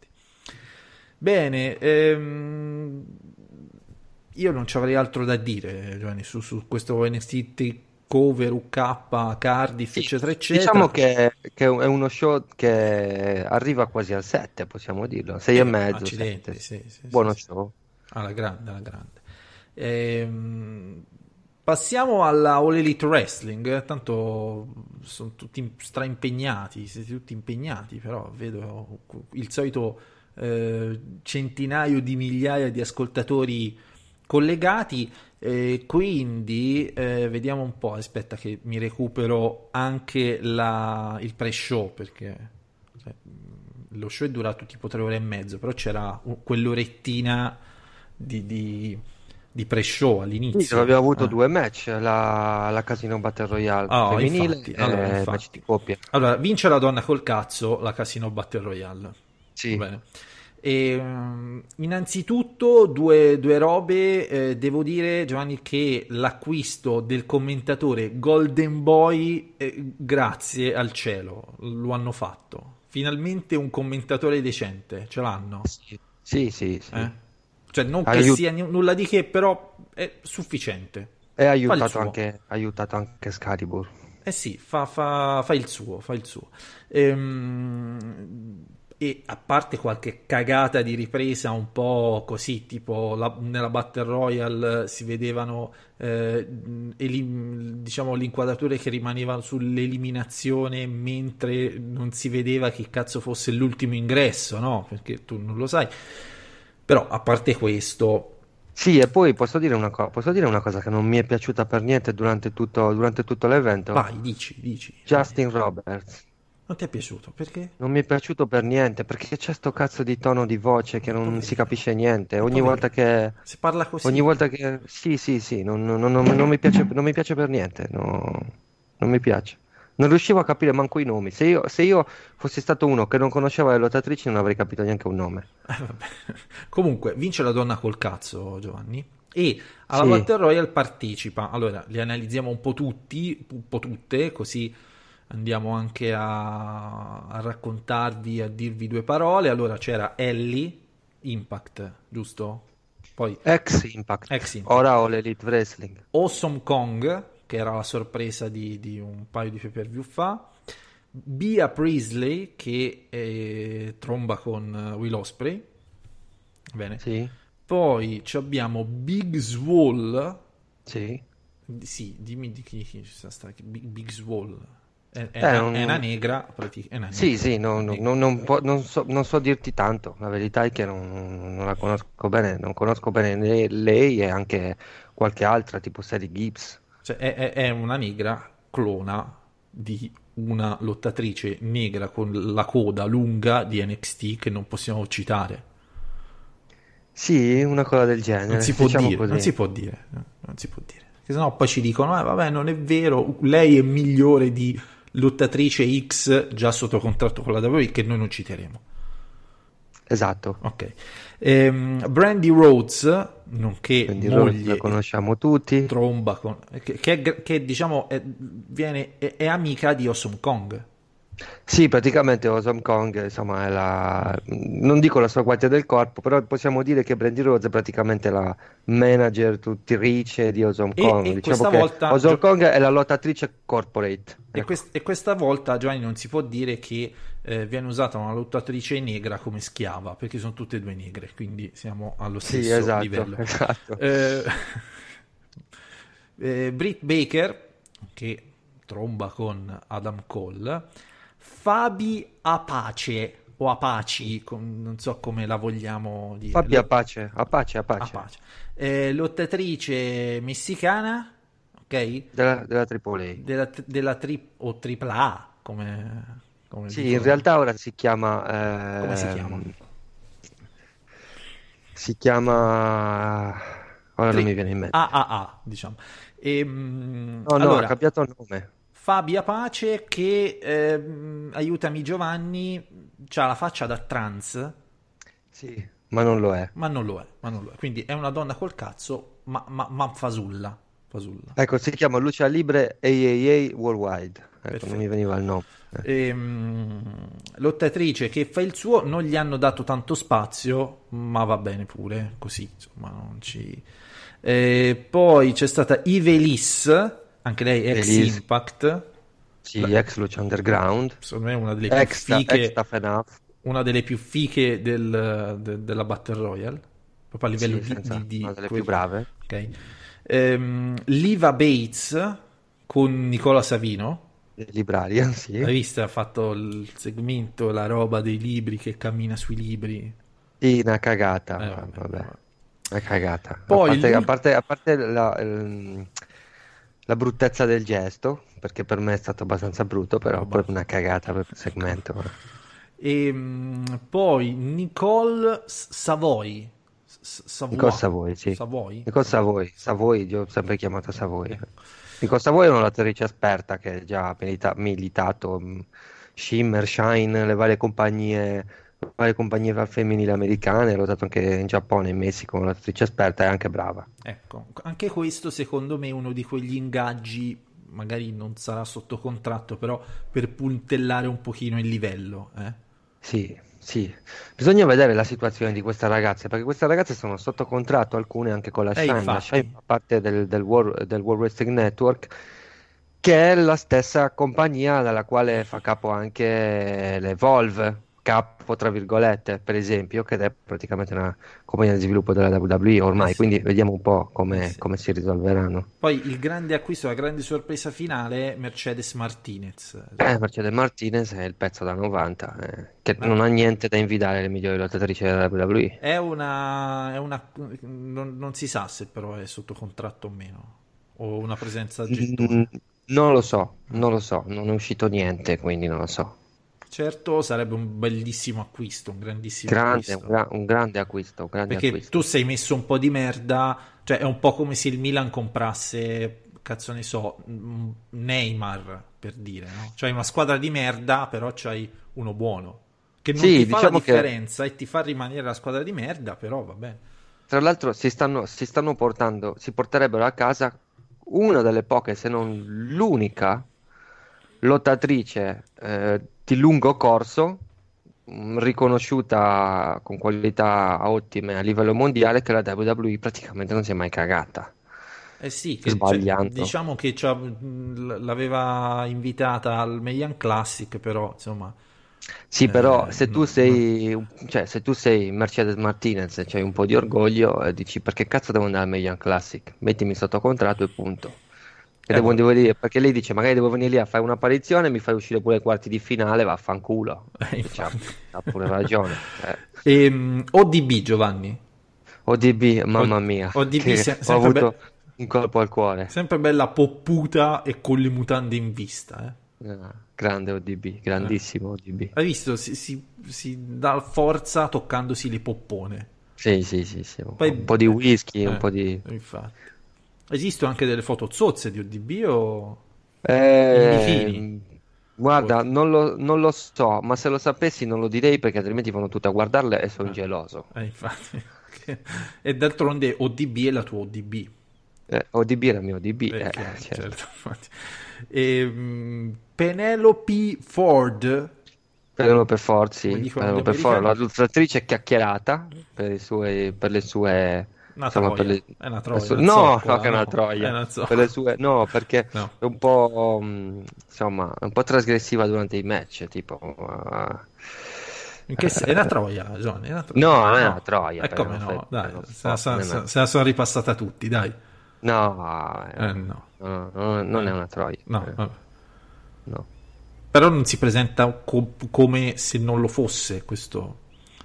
S5: Bene, ehm, io non ci avrei altro da dire, Giovanni, su, su questo N X T Takeover, U K, Cardiff,
S6: Sì,
S5: eccetera, eccetera.
S6: diciamo che, che è uno show che arriva quasi al sette, possiamo dirlo, sei
S5: Eh,
S6: e mezzo,
S5: accidenti,
S6: sette.
S5: sì, sì,
S6: Buono
S5: sì, sì.
S6: show.
S5: Alla grande, alla grande. Ehm, passiamo alla All Elite Wrestling, eh, tanto sono tutti straimpegnati, siete tutti impegnati, però vedo il solito eh, centinaio di migliaia di ascoltatori collegati, eh, quindi eh, vediamo un po', aspetta che mi recupero anche la, il pre-show, perché cioè, lo show è durato tipo tre ore e mezzo, però c'era un- quell'orettina di, di, di pre-show all'inizio.
S6: Sì, abbiamo avuto
S5: Eh.
S6: due match, la, la Casino Battle Royale
S5: Ah,
S6: femminile
S5: infatti,
S6: e
S5: allora,
S6: il
S5: infatti.
S6: match di coppia.
S5: Allora, vince la donna col cazzo la Casino Battle Royale.
S6: Sì.
S5: Va bene. E, um, innanzitutto due, due robe, eh, devo dire Giovanni che l'acquisto del commentatore Golden Boy, eh, grazie al cielo, lo hanno fatto. Finalmente un commentatore decente, ce l'hanno.
S6: Sì, sì, sì, sì.
S5: Eh? Cioè non che
S6: Aiut-
S5: sia n- nulla di che, però è sufficiente.
S6: E ha
S5: Fa il
S6: aiutato
S5: suo.
S6: anche, ha aiutato anche Excalibur.
S5: Eh sì, fa, fa- fa il suo, fa il suo. Ehm, e a parte qualche cagata di ripresa un po' così, tipo la- nella Battle Royale si vedevano eh, elim- diciamo le inquadrature che rimanevano sull'eliminazione mentre non si vedeva che cazzo fosse l'ultimo ingresso, no? Perché tu non lo sai. Però a parte questo,
S6: Sì, e poi posso dire una, co- posso dire una cosa che non mi è piaciuta per niente durante tutto, durante tutto l'evento?
S5: vai, dici, dici.
S6: Justin Roberts.
S5: Non ti è piaciuto? Perché?
S6: Non mi è piaciuto per niente perché c'è sto cazzo di tono di voce che non si capisce niente. Ogni
S5: Poverino.
S6: volta che.
S5: Si parla così.
S6: Ogni volta che. Sì, sì, sì, non, non- non- non mi piace, non mi piace per niente. No, non mi piace. Non riuscivo a capire manco i nomi. Se io, se io fossi stato uno che non conosceva le lottatrici, non avrei capito neanche un nome.
S5: Eh, vabbè. Comunque, vince la donna col cazzo, Giovanni. E alla
S6: Sì.
S5: Battle Royale partecipa. Allora, li analizziamo un po' tutti, un po' tutte, così andiamo anche a, a raccontarvi, a dirvi due parole. Allora, c'era Ellie, Impact, giusto? Poi
S6: Ex Impact.
S5: Ex Impact.
S6: Ora ho l'Elite Wrestling.
S5: Awesome Kong, che era la sorpresa di, di un paio di pay-per-view fa. Bea Priestley, che eh, tromba con Will Ospreay. Bene.
S6: Sì,
S5: Poi ci abbiamo Big Swole.
S6: sì.
S5: Sì, dimmi di chi, chi sta, sta Big, Big Swole. È, è,
S6: Eh,
S5: una,
S6: non-
S5: è una negra. pratic- È una
S6: Sì,
S5: negra.
S6: sì, no, no, no, non, po- non so, non so dirti tanto. La verità è che non, non- non la conosco bene. Non conosco bene né lei e anche qualche altra, tipo Sadie Gibbs.
S5: Cioè, è, è- è una negra clona di una lottatrice negra con la coda lunga di N X T che non possiamo citare.
S6: Sì, una cosa del genere.
S5: Non si può
S6: diciamo
S5: dire,
S6: così.
S5: non si può dire, no, non si può dire. Perché sennò poi ci dicono, eh, vabbè, non è vero, lei è migliore di lottatrice X già sotto contratto con la W W E, che noi non citeremo.
S6: Esatto.
S5: Ok. Ehm, Brandy Rhodes, nonché
S6: Quindi Rhodes
S5: moglie
S6: la conosciamo tutti.
S5: tromba con, che, che, è- che, diciamo è, viene, è, è amica di Awesome Kong.
S6: Sì, praticamente Awesome Kong, insomma, è la... non dico la sua guardia del corpo, però possiamo dire che Brandy Rhodes è praticamente la manager tutrice di Awesome
S5: E-
S6: Kong.
S5: e
S6: Diciamo
S5: questa
S6: che
S5: volta-
S6: Awesome Kong è la lottatrice corporate.
S5: E,
S6: Ecco.
S5: quest- e questa volta, Giovanni, non si può dire che eh, viene usata una lottatrice negra come schiava, perché sono tutte e due negre, quindi siamo allo
S6: Sì,
S5: stesso
S6: esatto,
S5: livello.
S6: esatto.
S5: Eh, eh, Britt Baker, che tromba con Adam Cole. Fabi Apache, o Apache, com- non so come la vogliamo dire.
S6: Fabio Apache, Apache, Apache,
S5: Apache. Eh, lottatrice messicana, ok?
S6: della, della Triple A.
S5: Della, della tri- o tripla A, come, come
S6: Sì,
S5: dicono.
S6: in realtà ora si chiama...
S5: Come si
S6: ehm,
S5: chiama?
S6: Si chiama... Ora non
S5: Tri-
S6: mi viene in mente.
S5: A A A, diciamo. Ehm,
S6: No, no,
S5: allora,
S6: ha cambiato nome.
S5: Fabi Apache che, ehm, aiutami Giovanni, c'ha la faccia da trans,
S6: Sì, ma non lo è.
S5: ma non lo è, ma non lo è. Quindi è una donna col cazzo, ma, ma, ma fasulla, fasulla.
S6: Ecco, si chiama Lucia Libre A A A Worldwide. Ecco,
S5: Perfetto.
S6: non mi veniva il nome. Eh.
S5: Ehm, lottatrice che fa il suo, non gli hanno dato tanto spazio, ma va bene pure, così, insomma, non ci... Eh, poi c'è stata Ivelis, anche lei ex
S6: Ivelis.
S5: Impact,
S6: Sì, ex Lucha Underground,
S5: secondo me una delle più
S6: ex, ex
S5: fiche,
S6: Tough Enough.
S5: una delle più fiche del- de- della Battle Royale, proprio a livello
S6: Sì,
S5: di,
S6: senza-
S5: di- di-
S6: una delle
S5: quel-
S6: più brave.
S5: ok. Ehm, Liva Bates con Nicola Savino.
S6: Librarian,
S5: Hai
S6: sì.
S5: visto? Ha fatto il segmento, la roba dei libri, che cammina sui libri.
S6: Sì, una cagata,
S5: Eh,
S6: ma
S5: vabbè,
S6: vabbè,
S5: vabbè.
S6: una cagata.
S5: Poi
S6: a parte,
S5: lui-
S6: a parte- a parte la, ehm, la bruttezza del gesto, perché per me è stato abbastanza brutto, però proprio una cagata per il segmento.
S5: E mh, poi Nicole S- Savoy. S- Savoy.
S6: Nicole Savoy, sì.
S5: Savoy?
S6: Nicole Savoy, Savoy, io ho sempre chiamato Savoy. Nicole Savoy è una lottatrice esperta che ha già milita- militato mh, Shimmer, Shine, le varie compagnie, le varie compagnie femminili americane, ha lottato anche in Giappone, in Messico, una lottatrice esperta e anche brava.
S5: Ecco, anche questo secondo me è uno di quegli ingaggi, magari non sarà sotto contratto, però per puntellare un pochino il livello. Eh?
S6: Sì, sì. Bisogna vedere la situazione di queste ragazze, perché queste ragazze sono sotto contratto, alcune anche con la
S5: Eh,
S6: Shine. La
S5: infatti.
S6: Shine fa parte del, del World, del World Wrestling Network, che è la stessa compagnia dalla quale fa capo anche l'Evolve, capo tra virgolette, per esempio, che è praticamente una compagnia di sviluppo della W W E ormai,
S5: Eh sì.
S6: quindi vediamo un po' come,
S5: Eh sì.
S6: come si risolveranno.
S5: Poi il grande acquisto, la grande sorpresa finale è Mercedes Martinez.
S6: Eh, Mercedes Martinez è il pezzo da novanta, eh, che
S5: Ma-
S6: non ha niente da invidiare alle migliori lottatrici della W W E.
S5: È una, è una non, non si sa se però è sotto contratto o meno, o una presenza a gettone.
S6: Mm, non lo so, non lo so, non è uscito niente, quindi non lo so.
S5: Certo, sarebbe un bellissimo acquisto, un grandissimo
S6: Grande,
S5: acquisto.
S6: un, gra- un grande acquisto, un grande
S5: Perché
S6: acquisto.
S5: tu sei messo un po' di merda, cioè è un po' come se il Milan comprasse cazzo ne so, Neymar, per dire, no? C'hai una squadra di merda, però c'hai uno buono, che non
S6: Sì,
S5: ti fa
S6: diciamo
S5: la differenza e ti fa rimanere la squadra di merda, però va bene.
S6: Tra l'altro si stanno, si stanno portando, si porterebbero a casa una delle poche, se non l'unica, lottatrice eh, di lungo corso, mh, riconosciuta con qualità ottime a livello mondiale, che la W W E praticamente non si è mai cagata.
S5: Eh sì, che, cioè,
S6: Sbagliando.
S5: diciamo che c'ha- mh, l'aveva invitata al Mayan Classic, però insomma,
S6: Sì, però
S5: eh,
S6: se tu
S5: no,
S6: sei, cioè, se tu sei Mercedes Martinez e c'hai un po' di orgoglio, eh, dici perché cazzo devo andare al Mayan Classic? Mettimi sotto contratto e punto. E
S5: eh,
S6: devo,
S5: vabbè.
S6: devo dire, perché lei dice magari devo venire lì a fare un'apparizione, mi fai uscire pure ai quarti di finale, vaffanculo.
S5: Eh,
S6: Cioè,
S5: infatti.
S6: ha pure ragione. Eh.
S5: Ehm, O D B, Giovanni.
S6: O D B, mamma mia,
S5: O D B
S6: che
S5: se-
S6: ho
S5: sempre,
S6: avuto
S5: be-
S6: un colpo al cuore.
S5: sempre bella popputa e con le mutande in vista, eh.
S6: Ah, grande O D B, grandissimo O D B.
S5: Hai visto? Si, si- si dà forza toccandosi le poppone.
S6: Sì, sì, sì, sì. Un,
S5: Poi-
S6: un po' di whisky,
S5: Eh,
S6: un po' di...
S5: Infatti. Esistono anche delle foto zozze di O D B o
S6: Eh,
S5: in bikini?
S6: guarda,
S5: Forse.
S6: non lo, non lo so, ma se lo sapessi non lo direi perché altrimenti vanno tutti a guardarle e sono geloso.
S5: Eh, infatti. E d'altronde O D B è la tua O D B.
S6: Eh, O D B era mio O D B.
S5: Eh,
S6: eh,
S5: chiaro,
S6: certo.
S5: certo, infatti. Ehm, Penelope Ford,
S6: Penelope Ford, sì,
S5: come dicono gli
S6: Penelope Ford,
S5: americani,
S6: la lottatrice chiacchierata per, i suoi, per le sue...
S5: una
S6: insomma, per
S5: troia.
S6: le-
S5: È una
S6: le
S5: troia,
S6: sue-
S5: una
S6: no,
S5: zoccola,
S6: no, che è una
S5: no,
S6: troia.
S5: è una zoccola.
S6: Per le sue... No, perché
S5: No.
S6: è un po', mh, insomma, è un po' trasgressiva durante i match, tipo... uh,
S5: In che se- è una troia, Johnny, è una troia.
S6: No, non è una troia,
S5: E come
S6: Penelope-
S5: no? Dai,
S6: Penelope
S5: se la,
S6: Ford,
S5: se-
S6: non è una-
S5: se la sono ripassata tutti, dai.
S6: No, eh,
S5: Eh, no.
S6: no, no, non è una troia.
S5: No,
S6: eh,
S5: vabbè.
S6: no.
S5: Però non si presenta co- come se non lo fosse questo.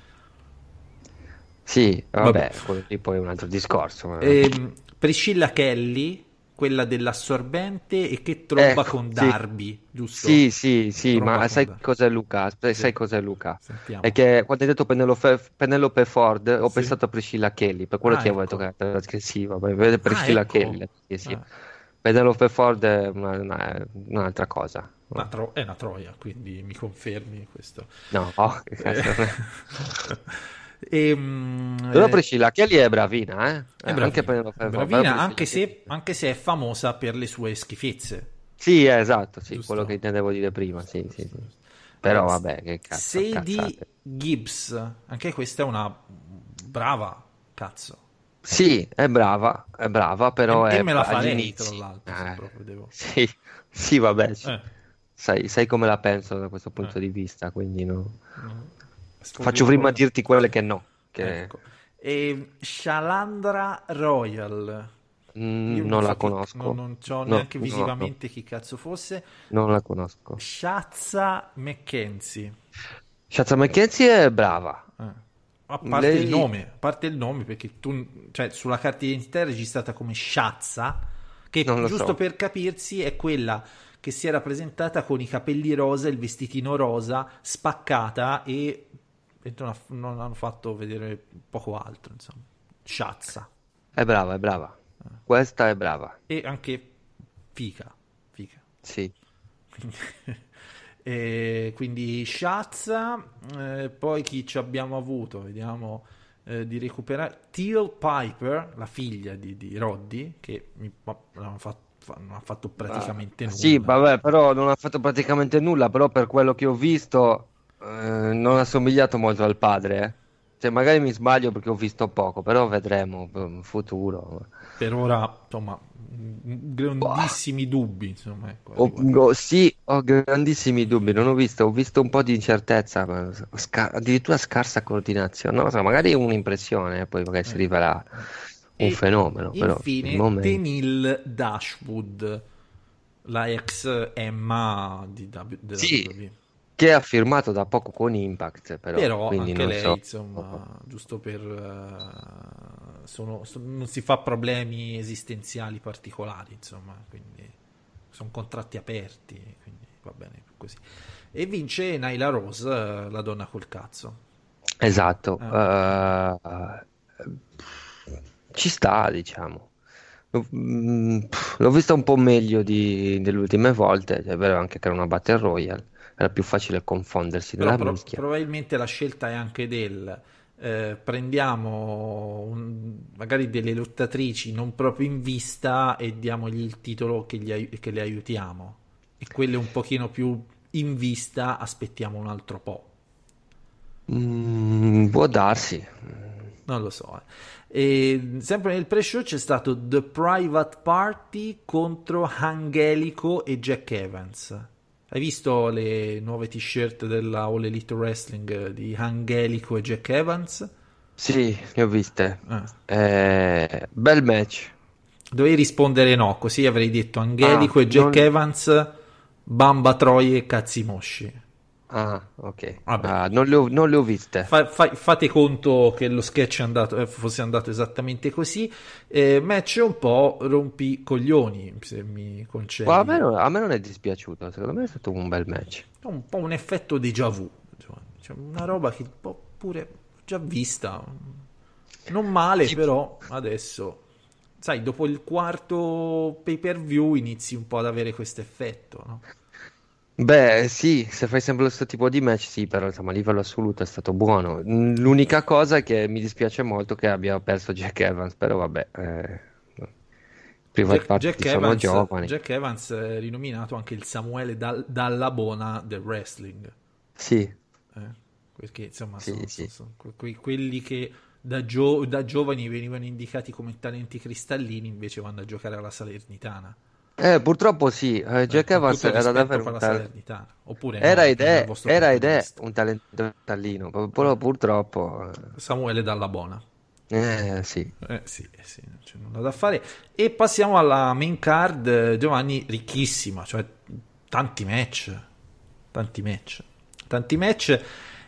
S6: Sì, vabbè,
S5: Vabbè.
S6: quello lì poi è un altro discorso. ma-
S5: Ehm, Priscilla Kelly, quella dell'assorbente e che tromba
S6: Ecco,
S5: con
S6: sì.
S5: Darby, giusto?
S6: Sì, sì, sì,
S5: Tromba
S6: ma
S5: con
S6: sai
S5: Darby.
S6: cos'è Luca? Sai
S5: Sì.
S6: cos'è Luca?
S5: Sentiamo.
S6: È che quando hai detto Penelope, Penelope Ford ho
S5: Sì.
S6: pensato a Priscilla Kelly, per quello
S5: Ah,
S6: ti avevo
S5: ecco.
S6: detto che era trasgressiva, poi vede Priscilla
S5: ecco.
S6: Kelly, sì, sì.
S5: Ah.
S6: Penelope Ford è una- una- un'altra cosa.
S5: Una tro- è una troia, quindi mi confermi questo.
S6: No, che cazzo non è?
S5: Ehm,
S6: Però
S5: eh,
S6: Priscilla Kelly è bravina, eh?
S5: è
S6: Eh,
S5: bravina,
S6: anche Penelope
S5: è
S6: Ford,
S5: bravina,
S6: però
S5: anche
S6: Priscilla
S5: se,
S6: Kelly-
S5: anche se è famosa per le sue schifezze.
S6: Sì, eh, esatto, sì,
S5: Giusto.
S6: quello che intendevo dire prima, sì, sì, sì. Però
S5: Allora,
S6: vabbè, che cazzo,
S5: Sadie
S6: cazzate.
S5: Gibbs, anche questa è una brava cazzo.
S6: Sì, è brava, è brava, però
S5: E-
S6: è
S5: e me la
S6: agli
S5: farei,
S6: inizi.
S5: tra l'altro, se
S6: Eh,
S5: proprio devo-
S6: sì, sì, vabbè, sì.
S5: Eh,
S6: Sai, sai come la penso da questo punto
S5: Eh.
S6: di vista, quindi no.
S5: sfogo
S6: Faccio prima a
S5: proprio-
S6: dirti quelle che no, che
S5: Ecco. E Shalandra Royal.
S6: mm,
S5: Io
S6: non la
S5: so chi-
S6: conosco.
S5: Non, non so
S6: No,
S5: neanche
S6: no,
S5: visivamente chi cazzo fosse.
S6: no, non la conosco.
S5: Shazza McKenzie.
S6: Shazza McKenzie è brava.
S5: Eh. A parte
S6: Lei-
S5: il nome, a parte il nome, perché tu, cioè, sulla carta d'identità è registrata come Shazza, che
S6: Non lo
S5: giusto
S6: so.
S5: per capirsi è quella che si era presentata con i capelli rosa, il vestitino rosa, spaccata e e non, ha- non hanno fatto vedere poco altro, insomma. Shazza.
S6: È brava, è brava.
S5: Eh.
S6: Questa è brava,
S5: E anche fica. Fica.
S6: sì.
S5: E quindi Shazza, eh, poi chi ci abbiamo avuto? Vediamo eh, di recuperare Teal Piper, la figlia di, di Roddy, che mi, ma- non, ha fatto, fa- non ha fatto praticamente nulla.
S6: Sì, vabbè, però non ha fatto praticamente nulla, però per quello che ho visto eh, non ha somigliato molto al padre, eh. Cioè, magari mi sbaglio perché ho visto poco, però vedremo in futuro.
S5: Per ora, insomma, m- grandissimi dubbi, insomma, ecco,
S6: Ho-
S5: riguardo.
S6: ho- sì, ho grandissimi dubbi, non ho visto, ho visto un po' di incertezza, ma sca- addirittura scarsa coordinazione, non lo so, magari è un'impressione, eh, poi magari si rivela un
S5: E
S6: fenomeno, però
S5: infine
S6: il momento...
S5: Tenille Dashwood, la ex Emma di W- della
S6: Sì.
S5: W W E.
S6: che ha firmato da poco con Impact, però,
S5: Però
S6: quindi
S5: anche
S6: non
S5: lei,
S6: so.
S5: insomma, giusto per eh, sono- so- non si fa problemi esistenziali particolari, insomma, quindi sono contratti aperti, quindi va bene così. E vince Nyla Rose, eh, la donna col cazzo.
S6: Esatto,
S5: Ah.
S6: eh, ci sta, diciamo. L'ho mm, l'ho vista un po' meglio di, delle ultime volte, è vero anche che era una Battle Royale, era più facile confondersi
S5: Però
S6: nella
S5: pro-
S6: mischia.
S5: probabilmente la scelta è anche del eh, prendiamo un- magari delle lottatrici non proprio in vista e diamogli il titolo che, gli ai- che le aiutiamo. E quelle un pochino più in vista aspettiamo un altro po'.
S6: Mm, può darsi.
S5: Non lo so. eh. E sempre nel pre-show c'è stato The Private Party contro Angelico e Jack Evans. Hai visto le nuove t-shirt della All Elite Wrestling di Angelico e Jack Evans?
S6: Sì, le ho viste.
S5: Eh.
S6: Eh, bel match.
S5: Dovevi rispondere no, così avrei detto Angelico
S6: Ah,
S5: e Jack
S6: non-
S5: Evans, Bamba Troie e Katsimoshi.
S6: Ah, ok.
S5: Vabbè.
S6: Ah, non le ho, non le ho viste.
S5: Fa- fa- fate conto che lo sketch è andato, eh, fosse andato esattamente così. Eh, match un po' rompicoglioni, se mi concedi.
S6: Ma a me, non, a me non è dispiaciuto, secondo me è stato un bel match.
S5: Un po' un effetto déjà vu, Giovanni. Cioè, una roba che un po' pure già vista. Non male,
S6: Sì.
S5: però adesso, sai, dopo il quarto pay per view inizi un po' ad avere questo effetto, no?
S6: Beh, sì, se fai sempre lo stesso tipo di match, sì, però insomma a livello assoluto è stato buono. Mm, L'unica cosa è che mi dispiace molto che abbia perso Jack Evans, però vabbè, eh, Private
S5: Jack,
S6: Party
S5: Jack
S6: sono
S5: Evans,
S6: giovani.
S5: Jack Evans è rinominato anche il Samuele Dal- Dalla Bona del wrestling.
S6: Sì,
S5: eh, Perché insomma
S6: Sì,
S5: sono,
S6: sì.
S5: sono- sono que- quelli che da, gio- da giovani venivano indicati come talenti cristallini, invece vanno a giocare alla Salernitana.
S6: Eh, purtroppo sì, eh, Jack
S5: Eh, con
S6: Evans
S5: tutto il
S6: era
S5: rispetto
S6: davvero
S5: per
S6: un
S5: la
S6: talento.
S5: Salernitana, oppure no,
S6: Era ed
S5: dipende dal
S6: è,
S5: vostro
S6: era
S5: punto
S6: ed
S5: di
S6: è
S5: vista.
S6: un talento tallino, però purtroppo,
S5: Samuele Dalla Bona.
S6: eh, sì.
S5: Eh sì, eh sì, non c'è nulla da fare. E passiamo alla main card, eh, Giovanni, ricchissima, cioè tanti match, tanti match, tanti match.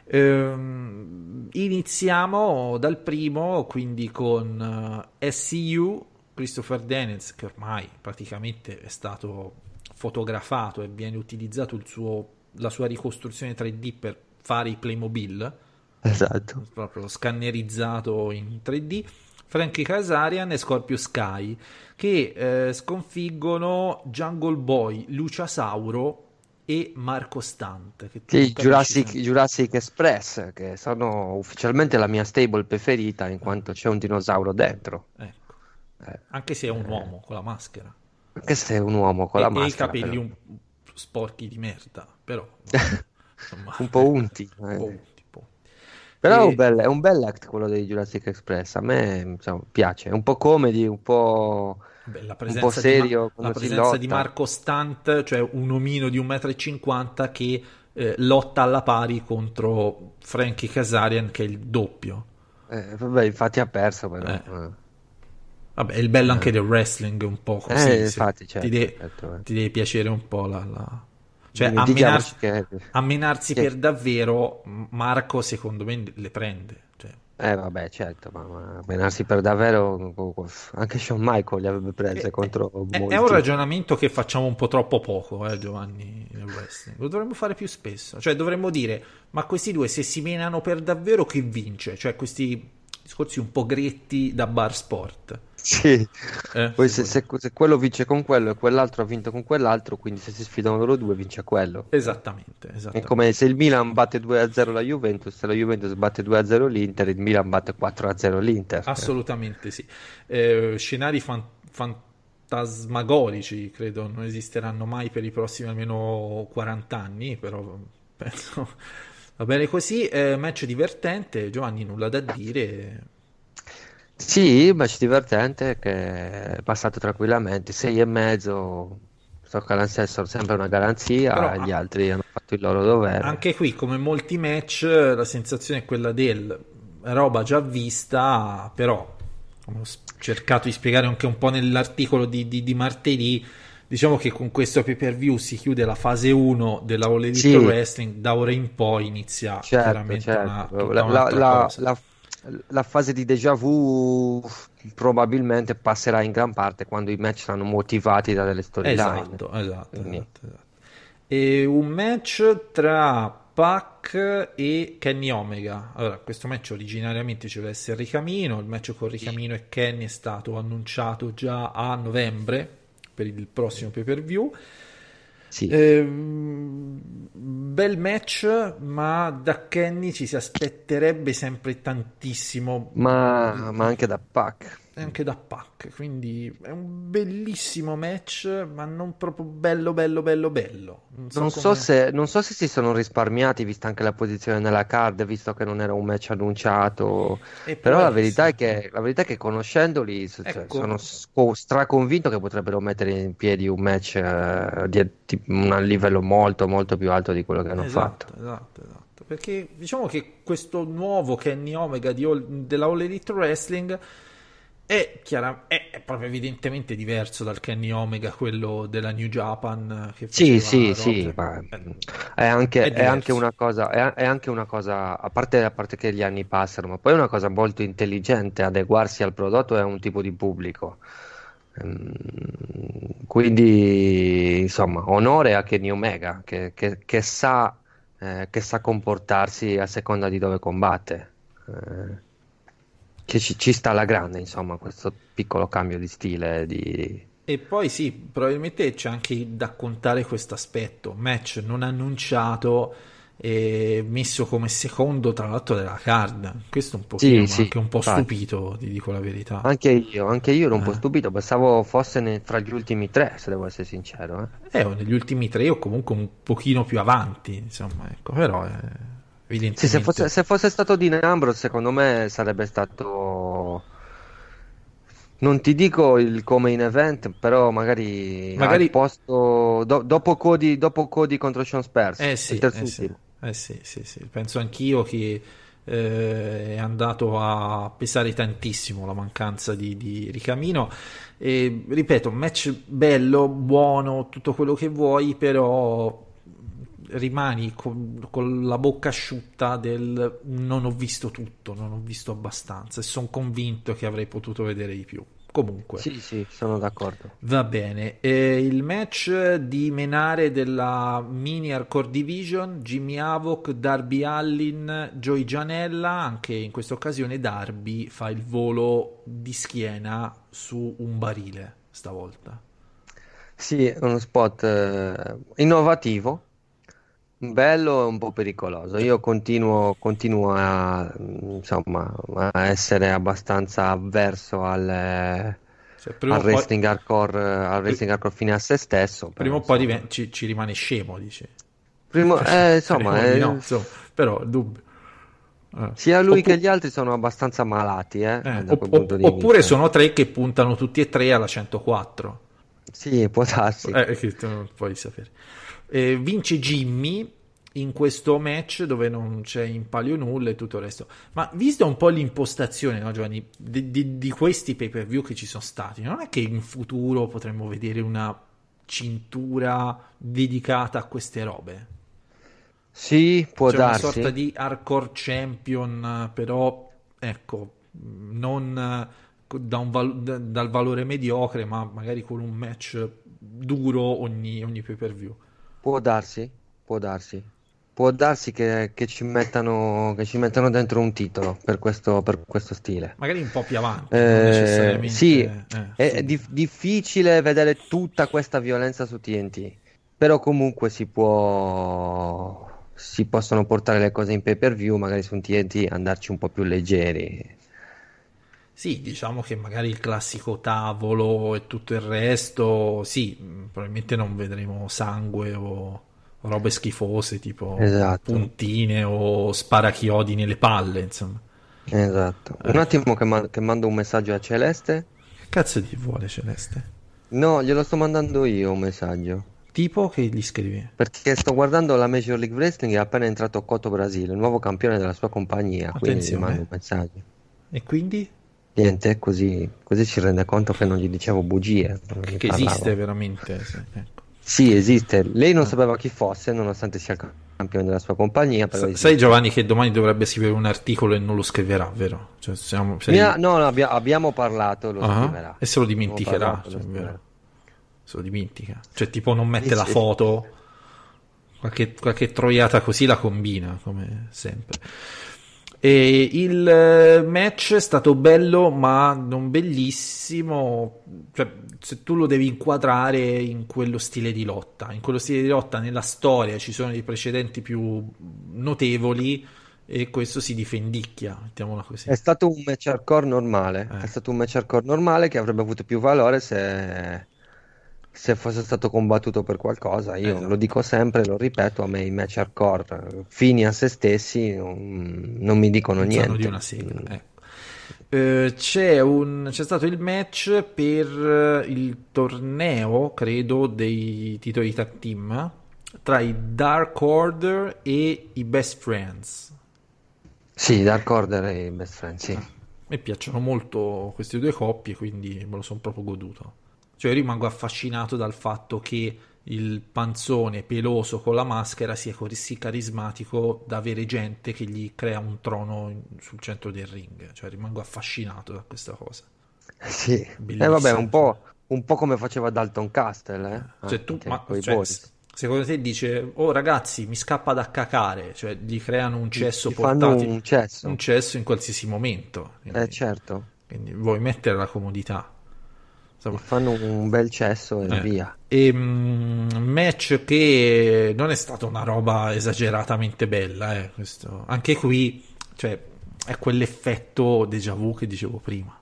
S5: Ehm, iniziamo dal primo, quindi con eh, S C U, Christopher Daniels, che ormai praticamente è stato fotografato e viene utilizzato il suo, la sua ricostruzione tre D per fare i Playmobil,
S6: Esatto.
S5: proprio scannerizzato in tre D. Frankie Kazarian e Scorpio Sky che eh, sconfiggono Jungle Boy, Luciasauro e Marco Stunt, che tu
S6: Sì,
S5: non capisci
S6: Jurassic,
S5: sempre.
S6: Jurassic Express, che sono ufficialmente la mia stable preferita in quanto c'è un dinosauro dentro.
S5: Ecco.
S6: Eh,
S5: Anche se è un uomo con la maschera
S6: Anche se è un uomo con
S5: e,
S6: la
S5: e i
S6: maschera,
S5: capelli
S6: però.
S5: un sporchi di merda, però insomma,
S6: Un po' unti.
S5: un
S6: eh.
S5: po' unti, un po'.
S6: Però è un
S5: E-
S6: bel, è un bel act quello di Jurassic Express, a me insomma, piace, è un po' comedy, un po',
S5: Beh, la
S6: un po'
S5: presenza, di, Ma-
S6: serio
S5: la
S6: quando si
S5: presenza di
S6: lotta.
S5: Marco Stunt, cioè un omino di un metro e cinquanta che eh, lotta alla pari contro Frankie Kazarian, che è il doppio.
S6: Eh, vabbè, infatti ha perso però.
S5: Eh.
S6: eh.
S5: Vabbè, è il bello anche del wrestling, un po' così.
S6: Eh,
S5: se
S6: infatti,
S5: ti,
S6: certo,
S5: de-
S6: certo, eh.
S5: ti deve piacere un po' la... la- Cioè,
S6: Dimentichiamoci
S5: ammenarsi,
S6: che...
S5: ammenarsi
S6: che-
S5: per davvero, Marco secondo me le prende. Cioè,
S6: Eh vabbè, certo, ma, ma menarsi per davvero, anche Shawn Michael li avrebbe prese contro
S5: è,
S6: molti.
S5: è un ragionamento che facciamo un po' troppo poco, eh, Giovanni, nel wrestling. Lo dovremmo fare più spesso. Cioè, dovremmo dire, ma questi due se si menano per davvero, chi vince? Cioè, questi discorsi un po' gretti da bar sport.
S6: Sì,
S5: Eh,
S6: poi se,
S5: secondo-
S6: se- se quello vince con quello e quell'altro ha vinto con quell'altro, quindi se si sfidano loro due vince quello.
S5: Esattamente,
S6: È
S5: esattamente.
S6: come se il Milan batte due a zero la Juventus, se la Juventus batte due a zero l'Inter, il Milan batte quattro a zero l'Inter.
S5: Assolutamente sì. Eh, scenari fan- fantasmagorici credo non esisteranno mai per i prossimi almeno quaranta anni, però penso va bene così. Eh, match divertente, Giovanni, nulla da dire.
S6: Sì, match divertente che è passato tranquillamente, sei e mezzo, so che l'Ancestor sempre una garanzia,
S5: Però-
S6: gli altri hanno fatto il loro dovere.
S5: Anche qui, come molti match, la sensazione è quella del roba già vista, però come ho s- cercato di spiegare anche un po' nell'articolo di, di- di martedì, diciamo che con questo pay per view si chiude la fase uno della All Elite
S6: Sì.
S5: Wrestling, da ora in poi inizia
S6: Certo,
S5: veramente una,
S6: certo.
S5: tutta
S6: La, la-
S5: un'altra
S6: la-
S5: cosa.
S6: la- la fase di déjà vu probabilmente passerà in gran parte quando i match saranno motivati da delle storyline.
S5: Esatto, esatto,
S6: Quindi-
S5: esatto, esatto. E un match tra Pac e Kenny Omega. Allora, questo match originariamente ci doveva essere Ricamino, il match con Ricamino e Kenny è stato annunciato già a novembre per il prossimo pay per view.
S6: Sì.
S5: Eh, bel match, ma da Kenny ci si aspetterebbe sempre tantissimo,
S6: ma, ma anche da Pac.
S5: Anche da Pac, quindi è un bellissimo match, ma non proprio bello bello bello bello. Non so,
S6: Non
S5: come...
S6: so se, non so se si sono risparmiati, vista anche la posizione nella card, visto che non era un match annunciato.
S5: E
S6: Però
S5: può
S6: la verità è
S5: essere.
S6: che, la verità è che conoscendoli, cioè,
S5: Ecco.
S6: sono sco- straconvinto che potrebbero mettere in piedi un match eh, di di un livello molto molto più alto di quello che hanno
S5: Esatto,
S6: fatto.
S5: esatto, esatto. Perché diciamo che questo nuovo Kenny Omega di All- della All Elite Wrestling è, chiara- è proprio evidentemente diverso dal Kenny Omega, quello della New Japan che
S6: Sì,
S5: faceva
S6: sì,
S5: robe.
S6: sì, ma
S5: Eh,
S6: è anche,
S5: è
S6: è anche
S5: diverso.
S6: una cosa, è, è anche una cosa, a parte, a parte che gli anni passano, ma poi è una cosa molto intelligente adeguarsi al prodotto e a un tipo di pubblico. Ehm, Quindi, insomma, onore a Kenny Omega che, che- che sa, eh, che sa comportarsi a seconda di dove combatte. Eh, che ci, ci sta alla grande, insomma, questo piccolo cambio di stile, di...
S5: E poi sì, probabilmente c'è anche da contare questo aspetto, match non annunciato e messo come secondo tra l'altro della card. Questo un pochino,
S6: Sì,
S5: ma
S6: sì,
S5: anche un po'
S6: infatti.
S5: stupito, ti dico la verità.
S6: Anche io, anche io ero un po'
S5: Eh.
S6: stupito, pensavo fosse ne- fra gli ultimi tre, se devo essere sincero. Eh.
S5: Eh, o negli ultimi tre o comunque un pochino più avanti, insomma, ecco, però eh, evidentemente...
S6: Sì, se fosse, se fosse stato Dean Ambrose, secondo me sarebbe stato, non ti dico il come in event, però magari,
S5: Magari-
S6: al posto, do- dopo Cody, dopo Cody contro Sean Spears,
S5: Eh sì,
S6: il terzo
S5: eh sì,
S6: ultimo.
S5: eh sì, sì, sì. Penso anch'io che eh, è andato a pesare tantissimo la mancanza di, di Ricamino. E ripeto, un match bello, buono, tutto quello che vuoi, però rimani con, con la bocca asciutta del non ho visto tutto, non ho visto abbastanza e sono convinto che avrei potuto vedere di più. Comunque.
S6: Sì, sì, sono d'accordo.
S5: Va bene, eh, il match di menare della mini hardcore division, Jimmy Havoc, Darby Allin, Joey Janela. Anche in questa occasione Darby fa il volo di schiena su un barile stavolta.
S6: Sì, è uno spot eh, innovativo, bello e un po' pericoloso. Io continuo, continuo a, insomma, a essere abbastanza avverso al,
S5: Cioè, prima
S6: al
S5: o poi,
S6: wrestling hardcore, al wrestling hardcore fine a se stesso. Però,
S5: prima o poi
S6: insomma,
S5: diven- ci, ci rimane scemo, dici.
S6: primo- eh, insomma,
S5: Speriamo di
S6: eh,
S5: no, insomma, però dubbio. Eh.
S6: sia lui
S5: Oppu-
S6: che gli altri sono abbastanza malati, eh,
S5: eh,
S6: da
S5: opp-
S6: quel punto
S5: opp-
S6: di
S5: oppure
S6: vista.
S5: sono tre che puntano tutti e tre alla centoquattro.
S6: Sì, può darsi.
S5: Eh, che tu non puoi sapere. Eh, vince Jimmy in questo match dove non c'è in palio nulla e tutto il resto. Ma vista un po' l'impostazione, no, Giovanni, di, di- di questi pay per view che ci sono stati, non è che in futuro potremmo vedere una cintura dedicata a queste robe?
S6: Sì, può
S5: C'è una
S6: darsi.
S5: sorta di hardcore champion, però ecco, non eh, da un val- da- dal valore mediocre, ma magari con un match duro ogni, ogni pay per view.
S6: Può darsi, può darsi. Può darsi che, che ci mettano, che ci mettano dentro un titolo per questo, per questo stile.
S5: Magari un po' più avanti, non
S6: Eh,
S5: necessariamente.
S6: sì,
S5: eh,
S6: è
S5: subito.
S6: dif- difficile vedere tutta questa violenza su T N T, però comunque si può, si possono portare le cose in pay per view, magari su un T N T andarci un po' più leggeri.
S5: Sì, diciamo che magari il classico tavolo e tutto il resto, sì, mh, probabilmente non vedremo sangue o robe schifose tipo
S6: Esatto.
S5: puntine o sparachiodi nelle palle, insomma.
S6: Esatto. Un attimo che, ma- che mando un messaggio a Celeste.
S5: Che cazzo ti vuole Celeste?
S6: No, glielo sto mandando io un messaggio.
S5: Tipo che gli scrivi?
S6: Perché sto guardando la Major League Wrestling e è appena entrato Cotto Brasile, il nuovo campione della sua compagnia, quindi gli
S5: Attenzione.
S6: mando un messaggio.
S5: E quindi?
S6: Niente, così, così ci rende conto che non gli dicevo bugie. non gli
S5: Che
S6: parlavo.
S5: esiste veramente, sì, ecco.
S6: Sì, esiste. Lei non sapeva chi fosse, nonostante sia il campione della sua compagnia. Però
S5: Sa-
S6: esiste.
S5: sai Giovanni che domani dovrebbe scrivere un articolo e non lo scriverà, vero? Cioè, siamo, sei-
S6: Mi ha- no, no, abbia- abbiamo parlato, lo
S5: Ah,
S6: scriverà.
S5: e se lo
S6: Abbiamo
S5: dimenticherà,
S6: parlato,
S5: cioè,
S6: lo
S5: vero?
S6: scriverà.
S5: Se lo dimentica. Cioè, tipo non mette
S6: Sì,
S5: la
S6: sì.
S5: foto qualche, qualche troiata così la combina, come sempre. E il match è stato bello, ma non bellissimo. Cioè, se tu lo devi inquadrare in quello stile di lotta, in quello stile di lotta nella storia ci sono dei precedenti più notevoli e questo si difendicchia, mettiamola così.
S6: È stato un match hardcore normale,
S5: Eh.
S6: è stato un match hardcore normale che avrebbe avuto più valore se, se fosse stato combattuto per qualcosa. Io
S5: Esatto.
S6: lo dico sempre, lo ripeto, a me i match hardcore fini a se stessi non, non mi dicono
S5: Non sanno
S6: niente.
S5: di una sega, ecco. Eh, c'è, un, c'è stato il match per il torneo, credo, dei titoli tag team tra i Dark Order e i Best Friends.
S6: Sì, Dark Order e i Best Friends, sì.
S5: Mi piacciono molto queste due coppie, quindi me lo sono proprio goduto. Cioè, io rimango affascinato dal fatto che il panzone peloso con la maschera sia così carismatico da avere gente che gli crea un trono in- sul centro del ring. Cioè, rimango affascinato da questa cosa.
S6: Sì, e
S5: Bellissimo.
S6: vabbè, un po', un po' come faceva Dalton Castle, eh?
S5: Cioè, tu,
S6: Anche
S5: ma,
S6: coi
S5: cioè,
S6: boys.
S5: s- secondo te dice, oh ragazzi, mi scappa da cacare, cioè gli creano un cesso
S6: Gli fanno
S5: portatile,
S6: un cesso.
S5: un cesso in qualsiasi momento. Quindi,
S6: Eh certo,
S5: quindi vuoi mettere la comodità.
S6: gli
S5: Insomma,
S6: fanno un bel cesso e
S5: eh.
S6: via.
S5: E, mm, match che non è stata una roba esageratamente bella, eh, questo. Anche qui, cioè, è quell'effetto déjà vu che dicevo prima.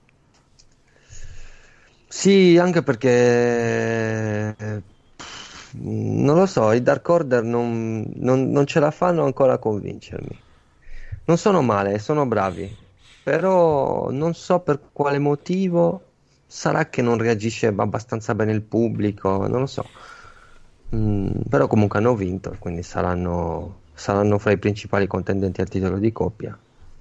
S6: Sì, anche perché eh, non lo so, i Dark Order non, non- non ce la fanno ancora a convincermi. Non sono male, sono bravi, però non so per quale motivo. Sarà che non reagisce abbastanza bene il pubblico, non lo so. Mm, però comunque hanno vinto, quindi saranno, saranno fra i principali contendenti al titolo di coppia.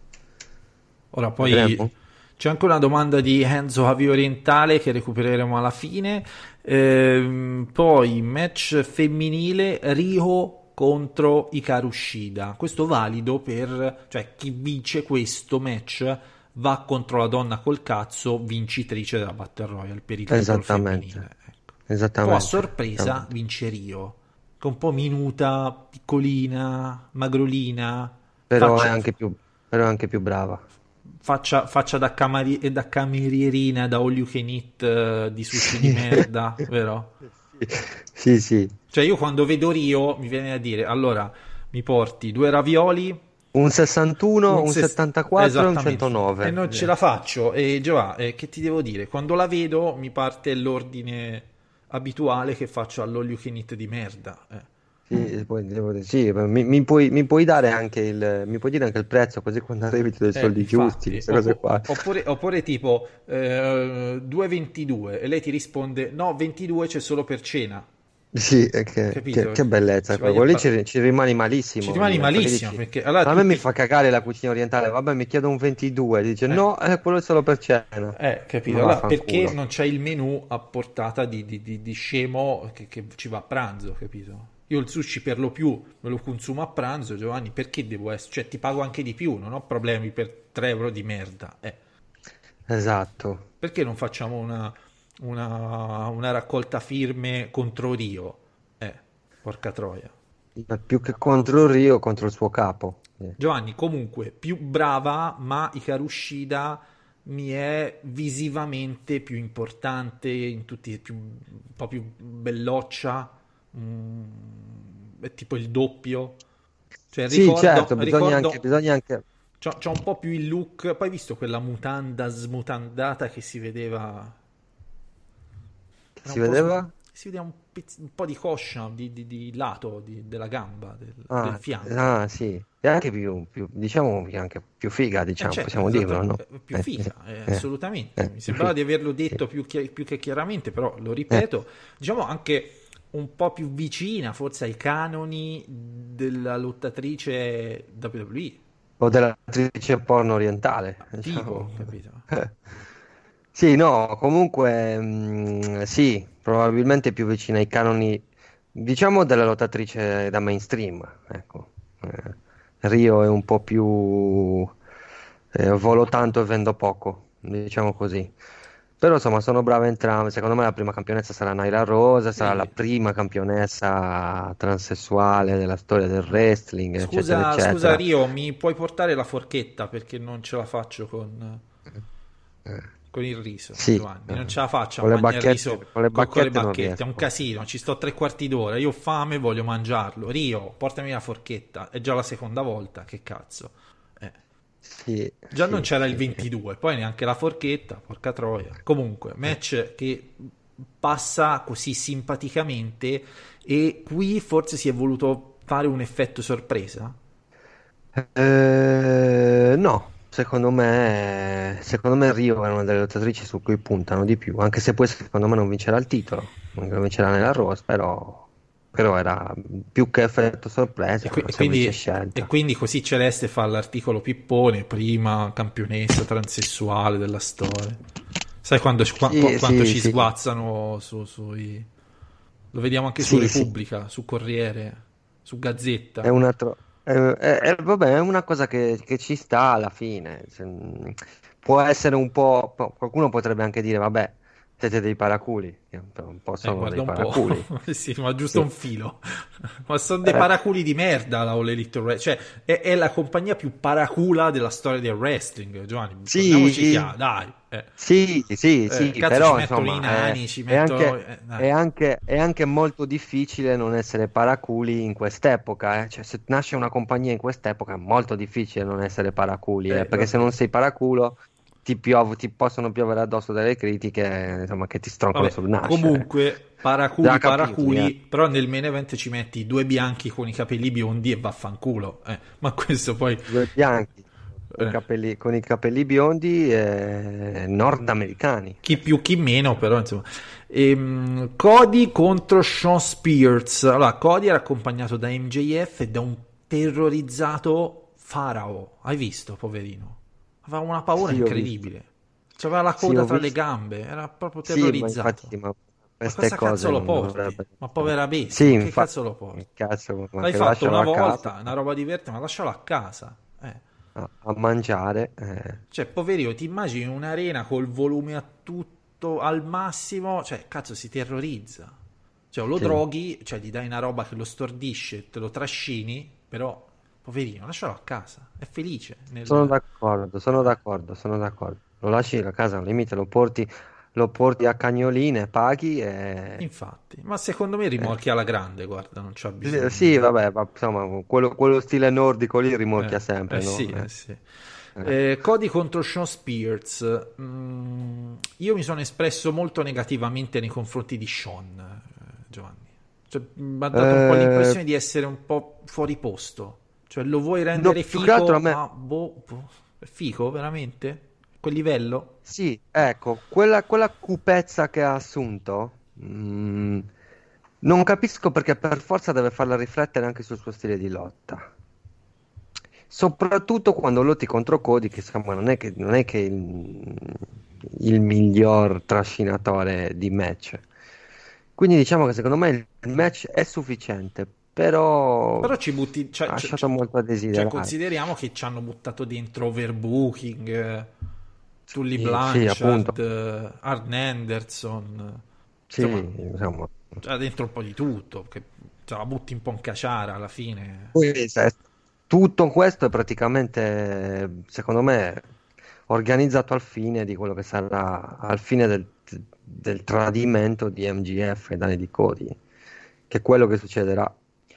S5: Ora poi
S6: Vedremo.
S5: c'è anche una domanda di Enzo Avi Orientale che recupereremo alla fine. Ehm, poi match femminile Riho contro Hikaru Shida. Questo valido per, cioè chi vince questo match va contro la donna col cazzo vincitrice della Battle Royale per il titolo
S6: Esattamente.
S5: femminile. Ecco.
S6: Esattamente.
S5: Poi a sorpresa
S6: Esattamente.
S5: vince Rio, che è un po' minuta, piccolina, magrolina,
S6: Però
S5: faccia-
S6: è anche più, però è anche più brava.
S5: faccia, faccia da, camari- e da camerierina da all you can eat eh, di sushi di merda, vero?
S6: Sì, sì.
S5: Cioè io quando vedo Rio mi viene a dire, allora mi porti due ravioli,
S6: Un sessantuno, un
S5: ses-
S6: settantaquattro e un
S5: esattamente.
S6: centonove.
S5: E non ce la faccio. E Giova, eh, che ti devo dire? Quando la vedo mi parte l'ordine abituale che faccio all'all you can eat di merda. eh.
S6: Sì, poi devo dire- sì, mi, mi puoi, mi puoi dare anche il, mi puoi dire anche il prezzo, così quando arrivi ti do i
S5: Eh,
S6: soldi
S5: infatti,
S6: giusti, queste cose
S5: oppo-
S6: qua.
S5: Oppure, oppure tipo eh, due e ventidue e lei ti risponde no, ventidue c'è solo per cena.
S6: Sì, è che,
S5: Capito?
S6: che, che bellezza,
S5: Ci vai
S6: quello
S5: a
S6: lì
S5: pa-
S6: ci, ci rimani malissimo.
S5: Ci rimani
S6: lì, perché
S5: malissimo,
S6: dici,
S5: perché allora
S6: a me
S5: tutti-
S6: mi fa cagare la cucina orientale, vabbè mi chiedo un ventidue, dice no, eh, quello è solo per cena.
S5: Eh, capito?
S6: Ma
S5: Allora,
S6: vaffanculo.
S5: perché non c'è il menù a portata di, di- di- di scemo che, che ci va a pranzo, capito? Io il sushi per lo più me lo consumo a pranzo, Giovanni, perché devo essere... Cioè, ti pago anche di più, non ho problemi per tre euro di merda. Eh.
S6: Esatto.
S5: Perché non facciamo una, una, una raccolta firme contro Rio? Eh, porca troia.
S6: Ma più che contro il Rio, contro il suo capo. Eh.
S5: Giovanni, comunque, più brava, ma Hikaru Shida mi è visivamente più importante, in tutti, più, un po' più belloccia, mm, è tipo il doppio. Cioè,
S6: Sì,
S5: ricordo,
S6: certo, bisogna
S5: ricordo-
S6: anche, bisogna anche...
S5: c'ho, c'ho un po' più il look, poi hai visto quella mutanda smutandata che si vedeva... Era
S6: Si
S5: un po'
S6: vedeva?
S5: sm- Si vedeva un, pezz- un po' di coscia, di, di- di lato, di- della gamba, del, del
S6: Ah,
S5: fianco.
S6: ah, sì, è anche più, più- diciamo che è anche più figa, diciamo,
S5: Eh, certo,
S6: possiamo dirlo, no?
S5: esatto, è più
S6: Eh,
S5: figa,
S6: eh,
S5: eh,
S6: eh,
S5: assolutamente.
S6: eh,
S5: Mi
S6: più
S5: sembrava di
S6: figa,
S5: averlo detto
S6: sì.
S5: più, chi- più che chiaramente, però lo ripeto, diciamo anche un po' più vicina forse ai canoni della lottatrice W W E,
S6: O dell'attrice porno orientale,
S5: tipo,
S6: diciamo.
S5: capito?
S6: Sì, no, comunque mm, sì, probabilmente più vicina ai canoni, diciamo, della lottatrice da mainstream, ecco. Eh, Rio è un po' più eh, volo tanto e vendo poco, diciamo così. Però insomma sono brave entrambe. Secondo me la prima campionessa sarà Nyla Rose, sarà
S5: Sì.
S6: la prima campionessa transessuale della storia del wrestling, eccetera,
S5: Scusa,
S6: eccetera.
S5: scusa Rio, mi puoi portare la forchetta perché non ce la faccio con, con il riso,
S6: Sì.
S5: Giovanni. Non ce la faccio a
S6: Con le
S5: mangiare il
S6: bacchette-
S5: riso
S6: con le
S5: co- con le
S6: bacchette non
S5: bacchette. È
S6: riesco.
S5: un casino, ci sto tre quarti d'ora. Io ho fame e voglio mangiarlo. Rio, portami la forchetta. È già la seconda volta, che cazzo. Eh.
S6: Sì,
S5: Già
S6: sì,
S5: non c'era
S6: sì.
S5: il ventidue, poi neanche la forchetta, porca troia. Comunque, match che passa così simpaticamente e qui forse si è voluto fare un effetto sorpresa.
S6: Eh, no, secondo me, secondo me Rio è una delle lottatrici su cui puntano di più, anche se poi secondo me non vincerà il titolo, non vincerà nella Rose, però, però era più che effetto sorpresa,
S5: E, qui-
S6: una
S5: e quindi,
S6: semplice scelta.
S5: e quindi così Celeste fa l'articolo Pippone, prima campionessa transessuale della storia. Sai quando, qua-
S6: Sì,
S5: qua- quanto
S6: sì,
S5: ci
S6: sì.
S5: sguazzano su, sui... Lo vediamo anche
S6: Sì,
S5: su
S6: sì.
S5: Repubblica, su Corriere, su Gazzetta.
S6: È una, tro- è, è- è- vabbè, è una cosa che, che ci sta alla fine. Se- mm, può essere un po'. po- Qualcuno potrebbe anche dire, vabbè, siete dei paraculi. Che un po', un po'
S5: Eh,
S6: sono
S5: guarda
S6: dei
S5: un
S6: paraculi.
S5: po', sì, ma giusto
S6: Sì.
S5: un filo. Ma sono dei
S6: Eh.
S5: paraculi di merda la All Elite Wrestling. Cioè, è, è la compagnia più paracula della storia del wrestling, Giovanni.
S6: Sì.
S5: Torniamoci chiari, dai. Eh.
S6: Sì, sì,
S5: Eh,
S6: sì,
S5: cazzo,
S6: però
S5: ci mettono
S6: insomma
S5: i nani,
S6: è,
S5: ci
S6: è
S5: mettono-
S6: anche,
S5: eh, dai.
S6: è anche- è anche molto difficile non essere paraculi in quest'epoca, eh. Cioè, se nasce una compagnia in quest'epoca è molto difficile non essere paraculi, eh,
S5: Eh,
S6: perché se
S5: vabbè.
S6: non sei paraculo ti, piov- ti possono piovere addosso delle critiche, insomma, che ti stroncano
S5: Vabbè,
S6: sul nascere.
S5: comunque, paraculi,
S6: Già capiti,
S5: paraculi,
S6: eh.
S5: però nel main event ci metti due bianchi con i capelli biondi e vaffanculo. Eh, ma questo poi...
S6: Due bianchi con,
S5: Eh.
S6: i capelli, con i capelli biondi eh, nordamericani.
S5: Chi più chi meno, però insomma. Ehm, Cody contro Sean Spears. Allora, Cody era accompagnato da M J F e da un terrorizzato Farao. Hai visto, poverino? Aveva una paura
S6: Sì, ho
S5: incredibile. C'aveva la
S6: Sì,
S5: coda
S6: ho
S5: tra le
S6: visto.
S5: gambe, era proprio
S6: Sì, ma
S5: terrorizzato.
S6: infatti, ma
S5: Ma
S6: queste
S5: cosa
S6: cose
S5: cazzo lo
S6: non
S5: porti?
S6: dovrebbe-
S5: Ma povera bestia,
S6: Sì,
S5: che
S6: infa-
S5: cazzo lo porti?
S6: Cazzo, ma
S5: L'hai
S6: che
S5: fatto
S6: lascialo
S5: una
S6: a casa.
S5: volta, è una roba divertente, ma lascialo a casa. Eh.
S6: a, a mangiare. eh.
S5: Cioè, poverino, ti immagini un'arena col volume a tutto al massimo, cioè, cazzo, si terrorizza. Cioè, o lo
S6: Sì.
S5: droghi, cioè, gli dai una roba che lo stordisce, te lo trascini, però, poverino, lascialo a casa, è felice. nel-
S6: Sono d'accordo, sono d'accordo, sono d'accordo. Lo lasci a casa al limite, lo porti, lo porti a Cagnoline, paghi e...
S5: Infatti, ma secondo me rimorchi alla grande, guarda, non c'ha bisogno.
S6: Eh, Sì, vabbè, ma insomma, quello, quello stile nordico lì rimorchia
S5: Eh,
S6: sempre,
S5: eh
S6: no?
S5: sì,
S6: Eh.
S5: eh sì. Eh, Cody contro Sean Spears. Mm, io mi sono espresso molto negativamente nei confronti di Sean, eh, Giovanni. Cioè, mi ha dato un po'
S6: Eh,
S5: l'impressione di essere un po' fuori posto. Cioè, lo vuoi rendere
S6: più che
S5: fico?
S6: altro a me-
S5: Ma boh, boh, è fico, veramente? Quel livello?
S6: Sì, ecco, quella, quella cupezza che ha assunto, mm, non capisco perché per forza deve farla riflettere anche sul suo stile di lotta. Soprattutto quando lotti contro Cody, che insomma non è che, non è che il, il miglior trascinatore di match. Quindi diciamo che secondo me il match è sufficiente, però,
S5: Però ci butti... Cioè,
S6: ha
S5: cioè-
S6: lasciato molto a
S5: cioè,
S6: desiderare.
S5: consideriamo che ci hanno buttato dentro overbooking, eh, Tully
S6: Sì, sì,
S5: Blanchard,
S6: appunto.
S5: eh, Arn Anderson...
S6: Sì,
S5: insomma,
S6: insomma.
S5: c'era dentro un po' di tutto, che cioè, la butti un po' in caciara alla fine.
S6: Poi, se- tutto questo è praticamente, secondo me, organizzato al fine di quello che sarà, al fine del, del tradimento di M G F e Danny di Cody, che è quello che succederà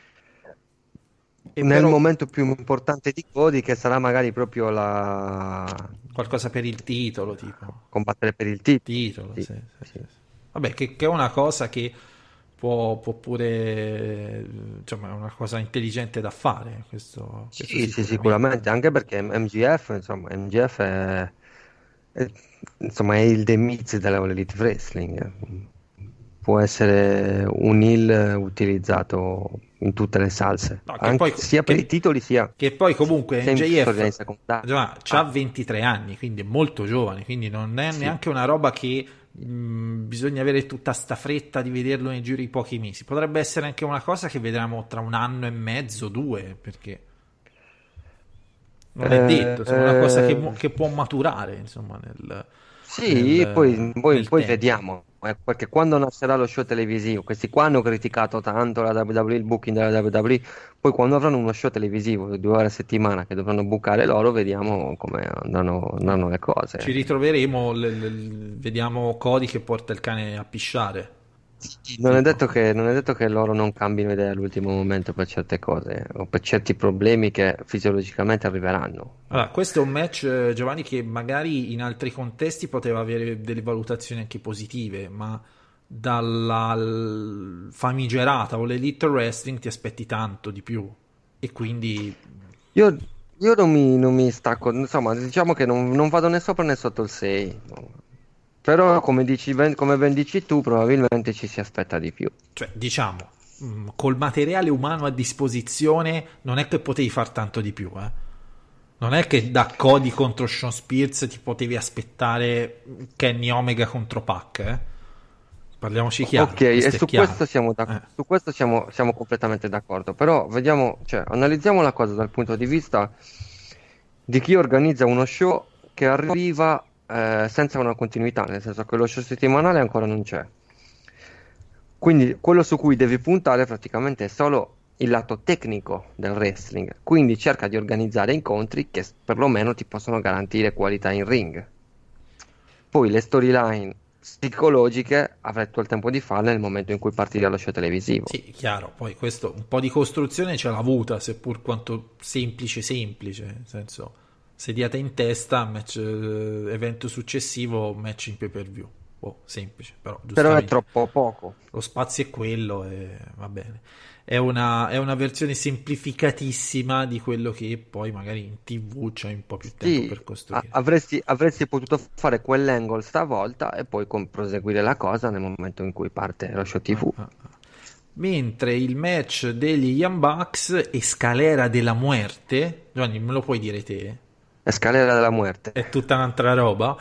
S5: E
S6: nel
S5: però
S6: momento più importante di Cody, che sarà magari proprio la
S5: qualcosa per il titolo, tipo.
S6: combattere per il titolo.
S5: Titolo,
S6: Sì,
S5: sì, sì,
S6: sì.
S5: sì, sì. Vabbè, che, che è una cosa che può, può pure, insomma, è una cosa intelligente da fare. Questo, questo
S6: Sì, sì, sicuramente, anche perché M G F, insomma, M G F è, è- insomma, è il The Miz della All Elite Wrestling. Può essere un heel utilizzato in tutte le salse,
S5: No, che
S6: anche-
S5: poi-
S6: sia per
S5: che-
S6: i titoli sia
S5: Che poi comunque
S6: sia in storia in
S5: M J F
S6: secondaria.
S5: ha ventitré anni, quindi è molto giovane, quindi non è
S6: Sì.
S5: neanche una roba che mh, bisogna avere tutta sta fretta di vederlo nei giri di pochi mesi. Potrebbe essere anche una cosa che vedremo tra un anno e mezzo, due, perché non è
S6: Eh,
S5: detto, insomma, è una cosa che,
S6: eh.
S5: mu- che può maturare, insomma, nel...
S6: Sì,
S5: nel,
S6: poi, poi,
S5: nel
S6: poi
S5: tempo.
S6: vediamo, eh, perché quando nascerà lo show televisivo, questi qua hanno criticato tanto la W W E, il booking della W W E, poi quando avranno uno show televisivo di due ore a settimana che dovranno bookare loro, vediamo come andranno, andranno le cose.
S5: Ci ritroveremo, l- l- vediamo Cody che porta il cane a pisciare.
S6: Non è
S5: Tipo.
S6: detto che, non è detto che loro non cambino idea all'ultimo momento per certe cose o per certi problemi che fisiologicamente arriveranno.
S5: Allora, questo è un match, eh, Giovanni, che magari in altri contesti poteva avere delle valutazioni anche positive, ma dalla l- famigerata o l'Elite Wrestling ti aspetti tanto di più. E quindi
S6: Io, io non mi, non mi stacco, insomma, diciamo che non, non vado né sopra né sotto il sei. Però, come dici, ben- come ben dici tu, probabilmente ci si aspetta di più.
S5: cioè, diciamo, mh, col materiale umano a disposizione non è che potevi far tanto di più, eh. Non è che da Cody contro Shawn Spears ti potevi aspettare Kenny Omega contro Pac, eh. Parliamoci chiaro.
S6: Ok, e
S5: questo è
S6: su
S5: chiaro.
S6: questo siamo, d'ac-
S5: Eh.
S6: su questo siamo, siamo completamente d'accordo. Però vediamo, cioè, analizziamo la cosa dal punto di vista di chi organizza uno show che arriva eh, senza una continuità, nel senso che lo show settimanale ancora non c'è. Quindi quello su cui devi puntare praticamente è solo il lato tecnico del wrestling. Quindi cerca di organizzare incontri che s- perlomeno ti possono garantire qualità in ring. Poi le storyline psicologiche avrai tu il tempo di farle nel momento in cui parti dallo show televisivo.
S5: Sì, chiaro, poi questo un po' di costruzione ce l'ha avuta, seppur quanto semplice semplice, nel senso, sediata in testa, match, eh, evento successivo, match in pay per view. Oh, semplice, però
S6: Però è
S5: giustamente
S6: troppo poco.
S5: lo spazio è quello e va bene. È una, è una versione semplificatissima di quello che poi magari in tivù c'hai un po' più tempo
S6: Sì,
S5: per
S6: a-
S5: costruire.
S6: avresti, avresti potuto fare quell'angle stavolta e poi con- proseguire la cosa nel momento in cui parte lo show T V.
S5: Ah, ah. Mentre il match degli Young Bucks e Scalera della Muerte, Giovanni, me lo puoi dire te?
S6: La scalera della muerte.
S5: È tutta un'altra roba.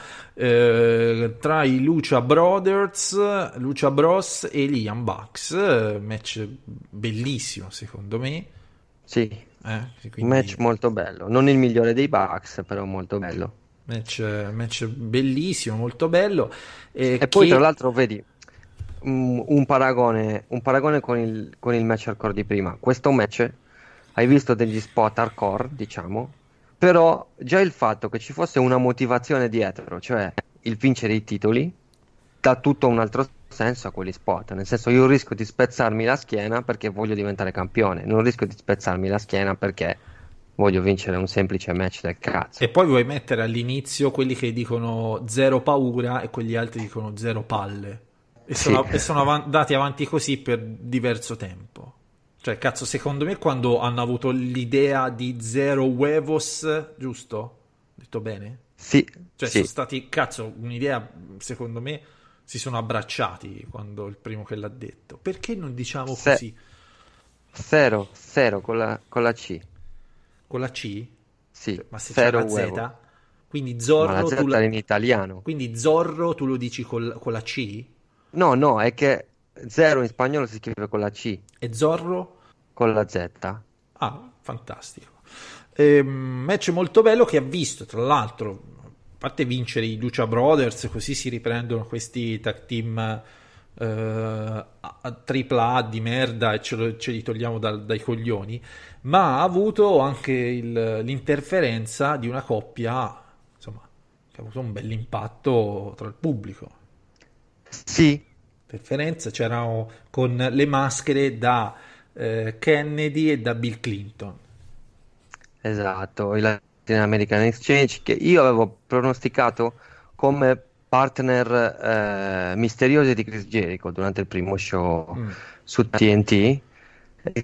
S5: Eh, tra i Lucha Brothers, Lucha Bros e gli Young Bucks, eh, match bellissimo secondo me.
S6: Sì,
S5: Eh,
S6: un
S5: quindi
S6: match molto bello. Non il migliore dei Bucks, però molto bello.
S5: match, match bellissimo, molto bello. eh,
S6: E poi
S5: che-
S6: tra l'altro vedi un, un paragone, un paragone con il, con il match hardcore di prima. Questo match hai visto degli spot hardcore, diciamo, però già il fatto che ci fosse una motivazione dietro, cioè il vincere i titoli, dà tutto un altro senso a quegli spot. Nel senso, io rischio di spezzarmi la schiena perché voglio diventare campione, non rischio di spezzarmi la schiena perché voglio vincere un semplice match del cazzo.
S5: E poi vuoi mettere all'inizio quelli che dicono zero paura e quegli altri dicono zero palle. E sono,
S6: Sì.
S5: e sono avan- andati avanti così per diverso tempo. Cioè, cazzo, secondo me quando hanno avuto l'idea di zero huevos, giusto? Ho detto bene?
S6: Sì,
S5: Cioè,
S6: sì.
S5: sono stati, cazzo, un'idea, secondo me, si sono abbracciati quando il primo che l'ha detto. Perché non diciamo
S6: Se-
S5: così?
S6: Zero, zero con la, con la C.
S5: Con la C?
S6: Sì,
S5: Ma se c'è
S6: zero
S5: la Z?
S6: uevo.
S5: Quindi
S6: Ma la
S5: Zorro,
S6: Z
S5: tu la...
S6: è in italiano.
S5: Quindi Zorro tu lo dici col- con la C?
S6: No, no, è che zero in spagnolo si scrive con la C,
S5: E Zorro?
S6: con la Z.
S5: Ah, fantastico. Ehm, match molto bello che ha visto, tra l'altro, a parte vincere i Lucha Brothers, così si riprendono questi tag team eh, a, a tripla A di merda e ce, lo- ce li togliamo dal- dai coglioni, ma ha avuto anche il- l'interferenza di una coppia, insomma, che ha avuto un bel impatto tra il pubblico.
S6: Sì,
S5: Interferenza c'erano con le maschere da eh, Kennedy e da Bill Clinton.
S6: esatto, il Latin American Exchange che io avevo pronosticato come partner eh, misteriosi di Chris Jericho durante il primo show
S5: Mm.
S6: su T N T, e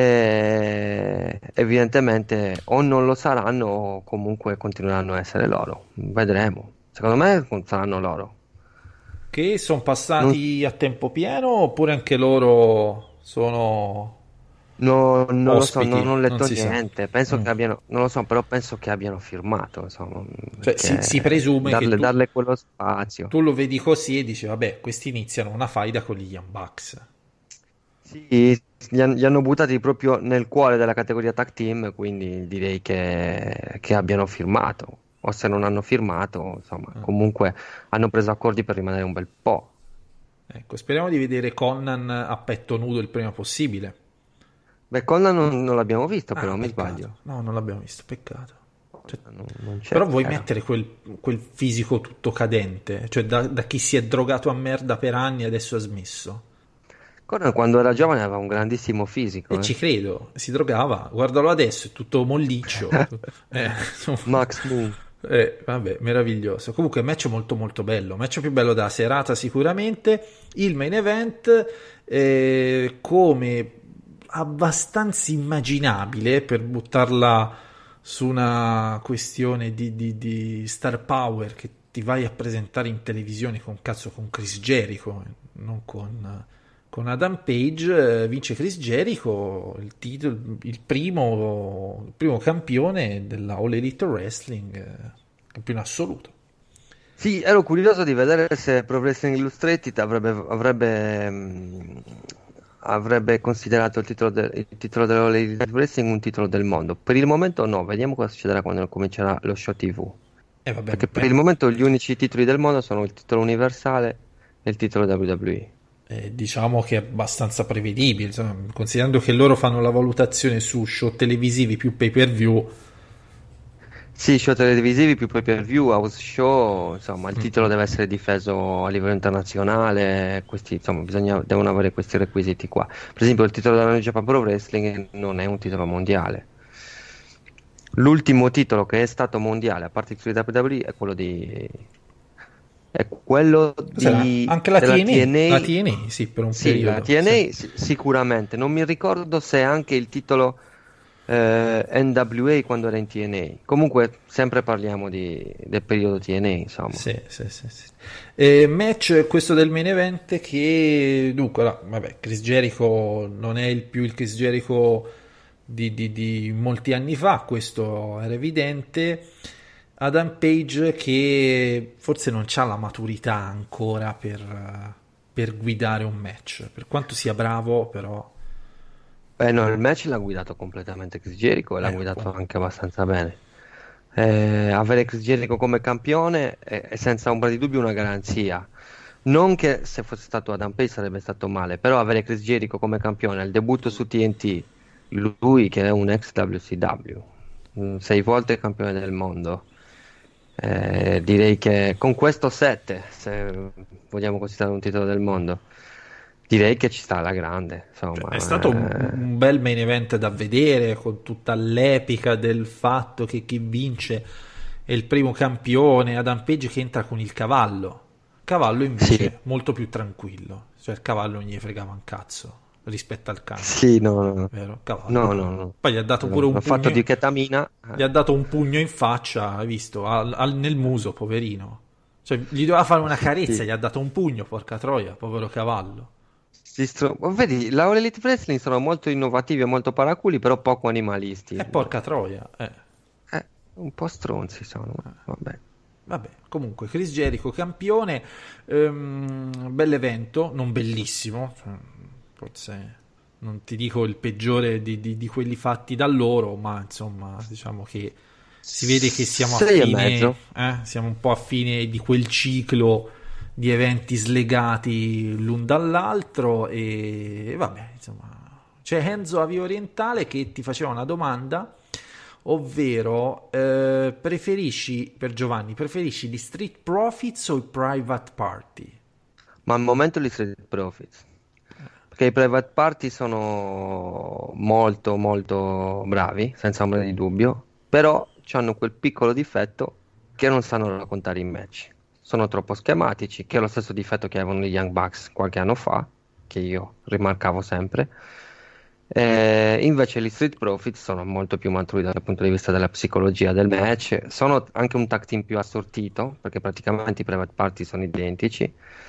S6: che evidentemente o non lo saranno o comunque continueranno a essere loro. Vedremo. Secondo me saranno loro.
S5: Che sono passati a tempo pieno oppure anche loro sono...
S6: No, non lo so,
S5: Ospiti,
S6: non ho letto
S5: non si sa.
S6: niente. Penso
S5: Mm.
S6: che abbiano, non lo so, però penso che abbiano firmato. Insomma,
S5: Cioè, si,
S6: perché
S5: si presume
S6: darle,
S5: che tu,
S6: darle quello spazio.
S5: tu lo vedi così e dici, vabbè, questi iniziano una faida con gli Young Bucks.
S6: Sì, li, han- li hanno buttati proprio nel cuore della categoria tag team, quindi direi che, che abbiano firmato. o se non hanno firmato, insomma, ah. comunque hanno preso accordi per rimanere un bel po'.
S5: Ecco, speriamo di vedere Conan a petto nudo il prima possibile.
S6: Beh, Conan non, non l'abbiamo visto,
S5: ah,
S6: però mi
S5: peccato.
S6: sbaglio.
S5: No, non l'abbiamo visto, peccato. Cioè,
S6: non, non c'è,
S5: però vuoi
S6: era.
S5: mettere quel, quel fisico tutto cadente, cioè da, da chi si è drogato a merda per anni e adesso ha smesso.
S6: Conan quando era giovane aveva un grandissimo fisico.
S5: E
S6: eh.
S5: ci credo, si drogava, guardalo adesso, è tutto molliccio. eh,
S6: Max Moon.
S5: Eh, vabbè, meraviglioso. Comunque match molto molto bello, match più bello della serata sicuramente. Il main event eh, come abbastanza immaginabile, per buttarla su una questione di, di, di star power, che ti vai a presentare in televisione con cazzo con Chris Jericho, non con, con Adam Page. Eh, vince Chris Jericho, il titolo, il primo, il primo campione della All Elite Wrestling, eh, campione assoluto.
S6: Sì, ero curioso di vedere se Pro Wrestling Illustrated avrebbe, avrebbe, mh, avrebbe considerato il titolo, de, il titolo della All Elite Wrestling un titolo del mondo. Per il momento no, vediamo cosa succederà quando comincerà lo show tivù.
S5: Eh, vabbè,
S6: Perché
S5: beh.
S6: per il momento gli unici titoli del mondo sono il titolo universale e il titolo W W E.
S5: Eh, diciamo che è abbastanza prevedibile, insomma, considerando che loro fanno la valutazione su show televisivi più pay per view.
S6: Sì, show televisivi più pay per view, house show, insomma il titolo mm. deve essere difeso a livello internazionale, questi, insomma bisogna, devono avere questi requisiti qua. Per esempio il titolo della New Japan Pro Wrestling non è un titolo mondiale. L'ultimo titolo che è stato mondiale, a parte il titolo di W W E, è quello di... è quello di...
S5: Anche la T N A,
S6: T N A.
S5: La T N A, sì, per un
S6: sì,
S5: periodo.
S6: la T N A
S5: sì.
S6: sì, sicuramente. Non mi ricordo se anche il titolo eh, N W A quando era in T N A. Comunque sempre parliamo di, del periodo T N A, insomma.
S5: Sì, sì, sì, sì. E match questo del main event che... Dunque, no, vabbè, Chris Jericho non è il più il Chris Jericho... Di, di, di molti anni fa, questo era evidente. Adam Page che forse non ha la maturità ancora per, per guidare un match, per quanto sia bravo, però
S6: beh no, il match l'ha guidato completamente Chris Jericho e l'ha
S5: eh,
S6: guidato
S5: oh.
S6: anche abbastanza bene. Eh, avere Chris Jericho come campione è, è senza ombra di dubbio una garanzia. Non che se fosse stato Adam Page sarebbe stato male, però avere Chris Jericho come campione al debutto su T N T, lui che è un ex W C W, sei volte campione del mondo, eh, direi che con questo sette, se vogliamo considerare un titolo del mondo, direi che ci sta alla grande, insomma.
S5: È stato
S6: eh...
S5: un, un bel main event da vedere, con tutta l'epica del fatto che chi vince è il primo campione. Adam Page che entra con il cavallo, cavallo invece
S6: sì.
S5: molto più tranquillo, cioè il cavallo non gli fregava un cazzo rispetto al cane.
S6: Sì, no, no.
S5: Vero? Cavallo.
S6: No, no, no.
S5: Poi gli ha dato pure
S6: no,
S5: un
S6: pugno. Ha fatto di ketamina.
S5: Gli ha dato un pugno in faccia, hai visto? Al, al, nel muso, poverino. Cioè, gli doveva fare una carezza, sì. Gli ha dato un pugno, porca troia, povero cavallo.
S6: Stro... Vedi, la All Elite Wrestling sono molto innovativi e molto paraculi, però poco animalisti.
S5: E porca troia, eh.
S6: Eh, un po' stronzi sono, vabbè.
S5: Vabbè, comunque, Chris Jericho campione, ehm, bell'evento, non bellissimo, forse non ti dico il peggiore di, di, di quelli fatti da loro, ma insomma diciamo che si vede che siamo a fine, eh? Siamo un po' a fine di quel ciclo di eventi slegati l'un dall'altro e, e vabbè, insomma c'è Enzo Avio Orientale che ti faceva una domanda, ovvero eh, preferisci, per Giovanni, preferisci gli Street Profits o i Private Party?
S6: Ma al momento gli Street Profits, perché i Private Party sono molto molto bravi, senza ombra di dubbio, però hanno quel piccolo difetto che non sanno raccontare i match, sono troppo schematici, che è lo stesso difetto che avevano gli Young Bucks qualche anno fa, che io rimarcavo sempre. Eh, invece gli Street Profits sono molto più maturi dal punto di vista della psicologia del match, sono anche un tag team più assortito, perché praticamente i Private Party sono identici.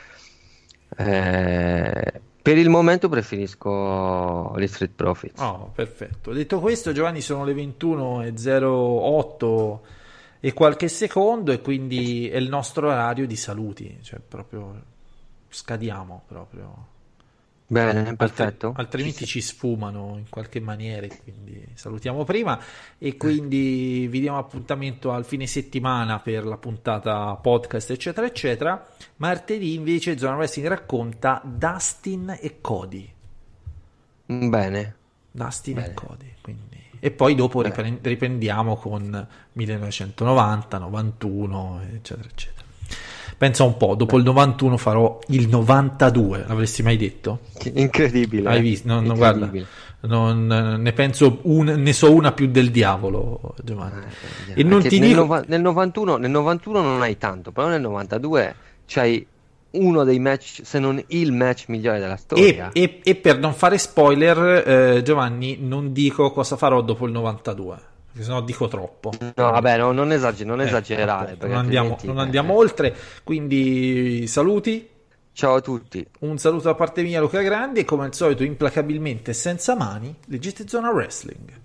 S6: Eh, per il momento preferisco gli Street Profits.
S5: Oh, perfetto. Detto questo, Giovanni, sono le ventuno e zero otto e qualche secondo, e quindi è il nostro orario di saluti, cioè proprio scadiamo proprio.
S6: Bene, perfetto.
S5: Altri, altrimenti ci sfumano in qualche maniera, quindi salutiamo prima e quindi vi diamo appuntamento al fine settimana per la puntata podcast eccetera eccetera. Martedì invece Zona Wrestling racconta Dustin e Cody.
S6: Bene.
S5: Dustin
S6: Bene.
S5: e Cody, quindi. E poi dopo ripre- riprendiamo con millenovecentonovanta, novantuno eccetera eccetera. Pensa un po', dopo il novantuno farò il novantadue, l'avresti mai detto?
S6: Incredibile.
S5: Hai
S6: eh?
S5: visto? No, no,
S6: Incredibile.
S5: guarda, non, ne penso un, ne so una più del diavolo, Giovanni.
S6: Eh,
S5: E non
S6: Perché
S5: ti
S6: nel,
S5: dico
S6: nova- nel novantuno, nel novantuno non hai tanto, però nel novantadue c'hai uno dei match, se non il match migliore della
S5: e,
S6: storia.
S5: e- e per non fare spoiler, eh, Giovanni, non dico cosa farò dopo il novantadue, perché sennò dico troppo.
S6: No, vabbè, no, non, esager- non
S5: Eh,
S6: esagerare.
S5: appunto,
S6: perché
S5: non andiamo,
S6: altrimenti-
S5: non
S6: eh,
S5: andiamo
S6: eh.
S5: oltre, quindi saluti.
S6: Ciao a tutti.
S5: Un saluto da parte mia, Luca Grandi, e come al solito implacabilmente senza mani, leggete Zona Wrestling.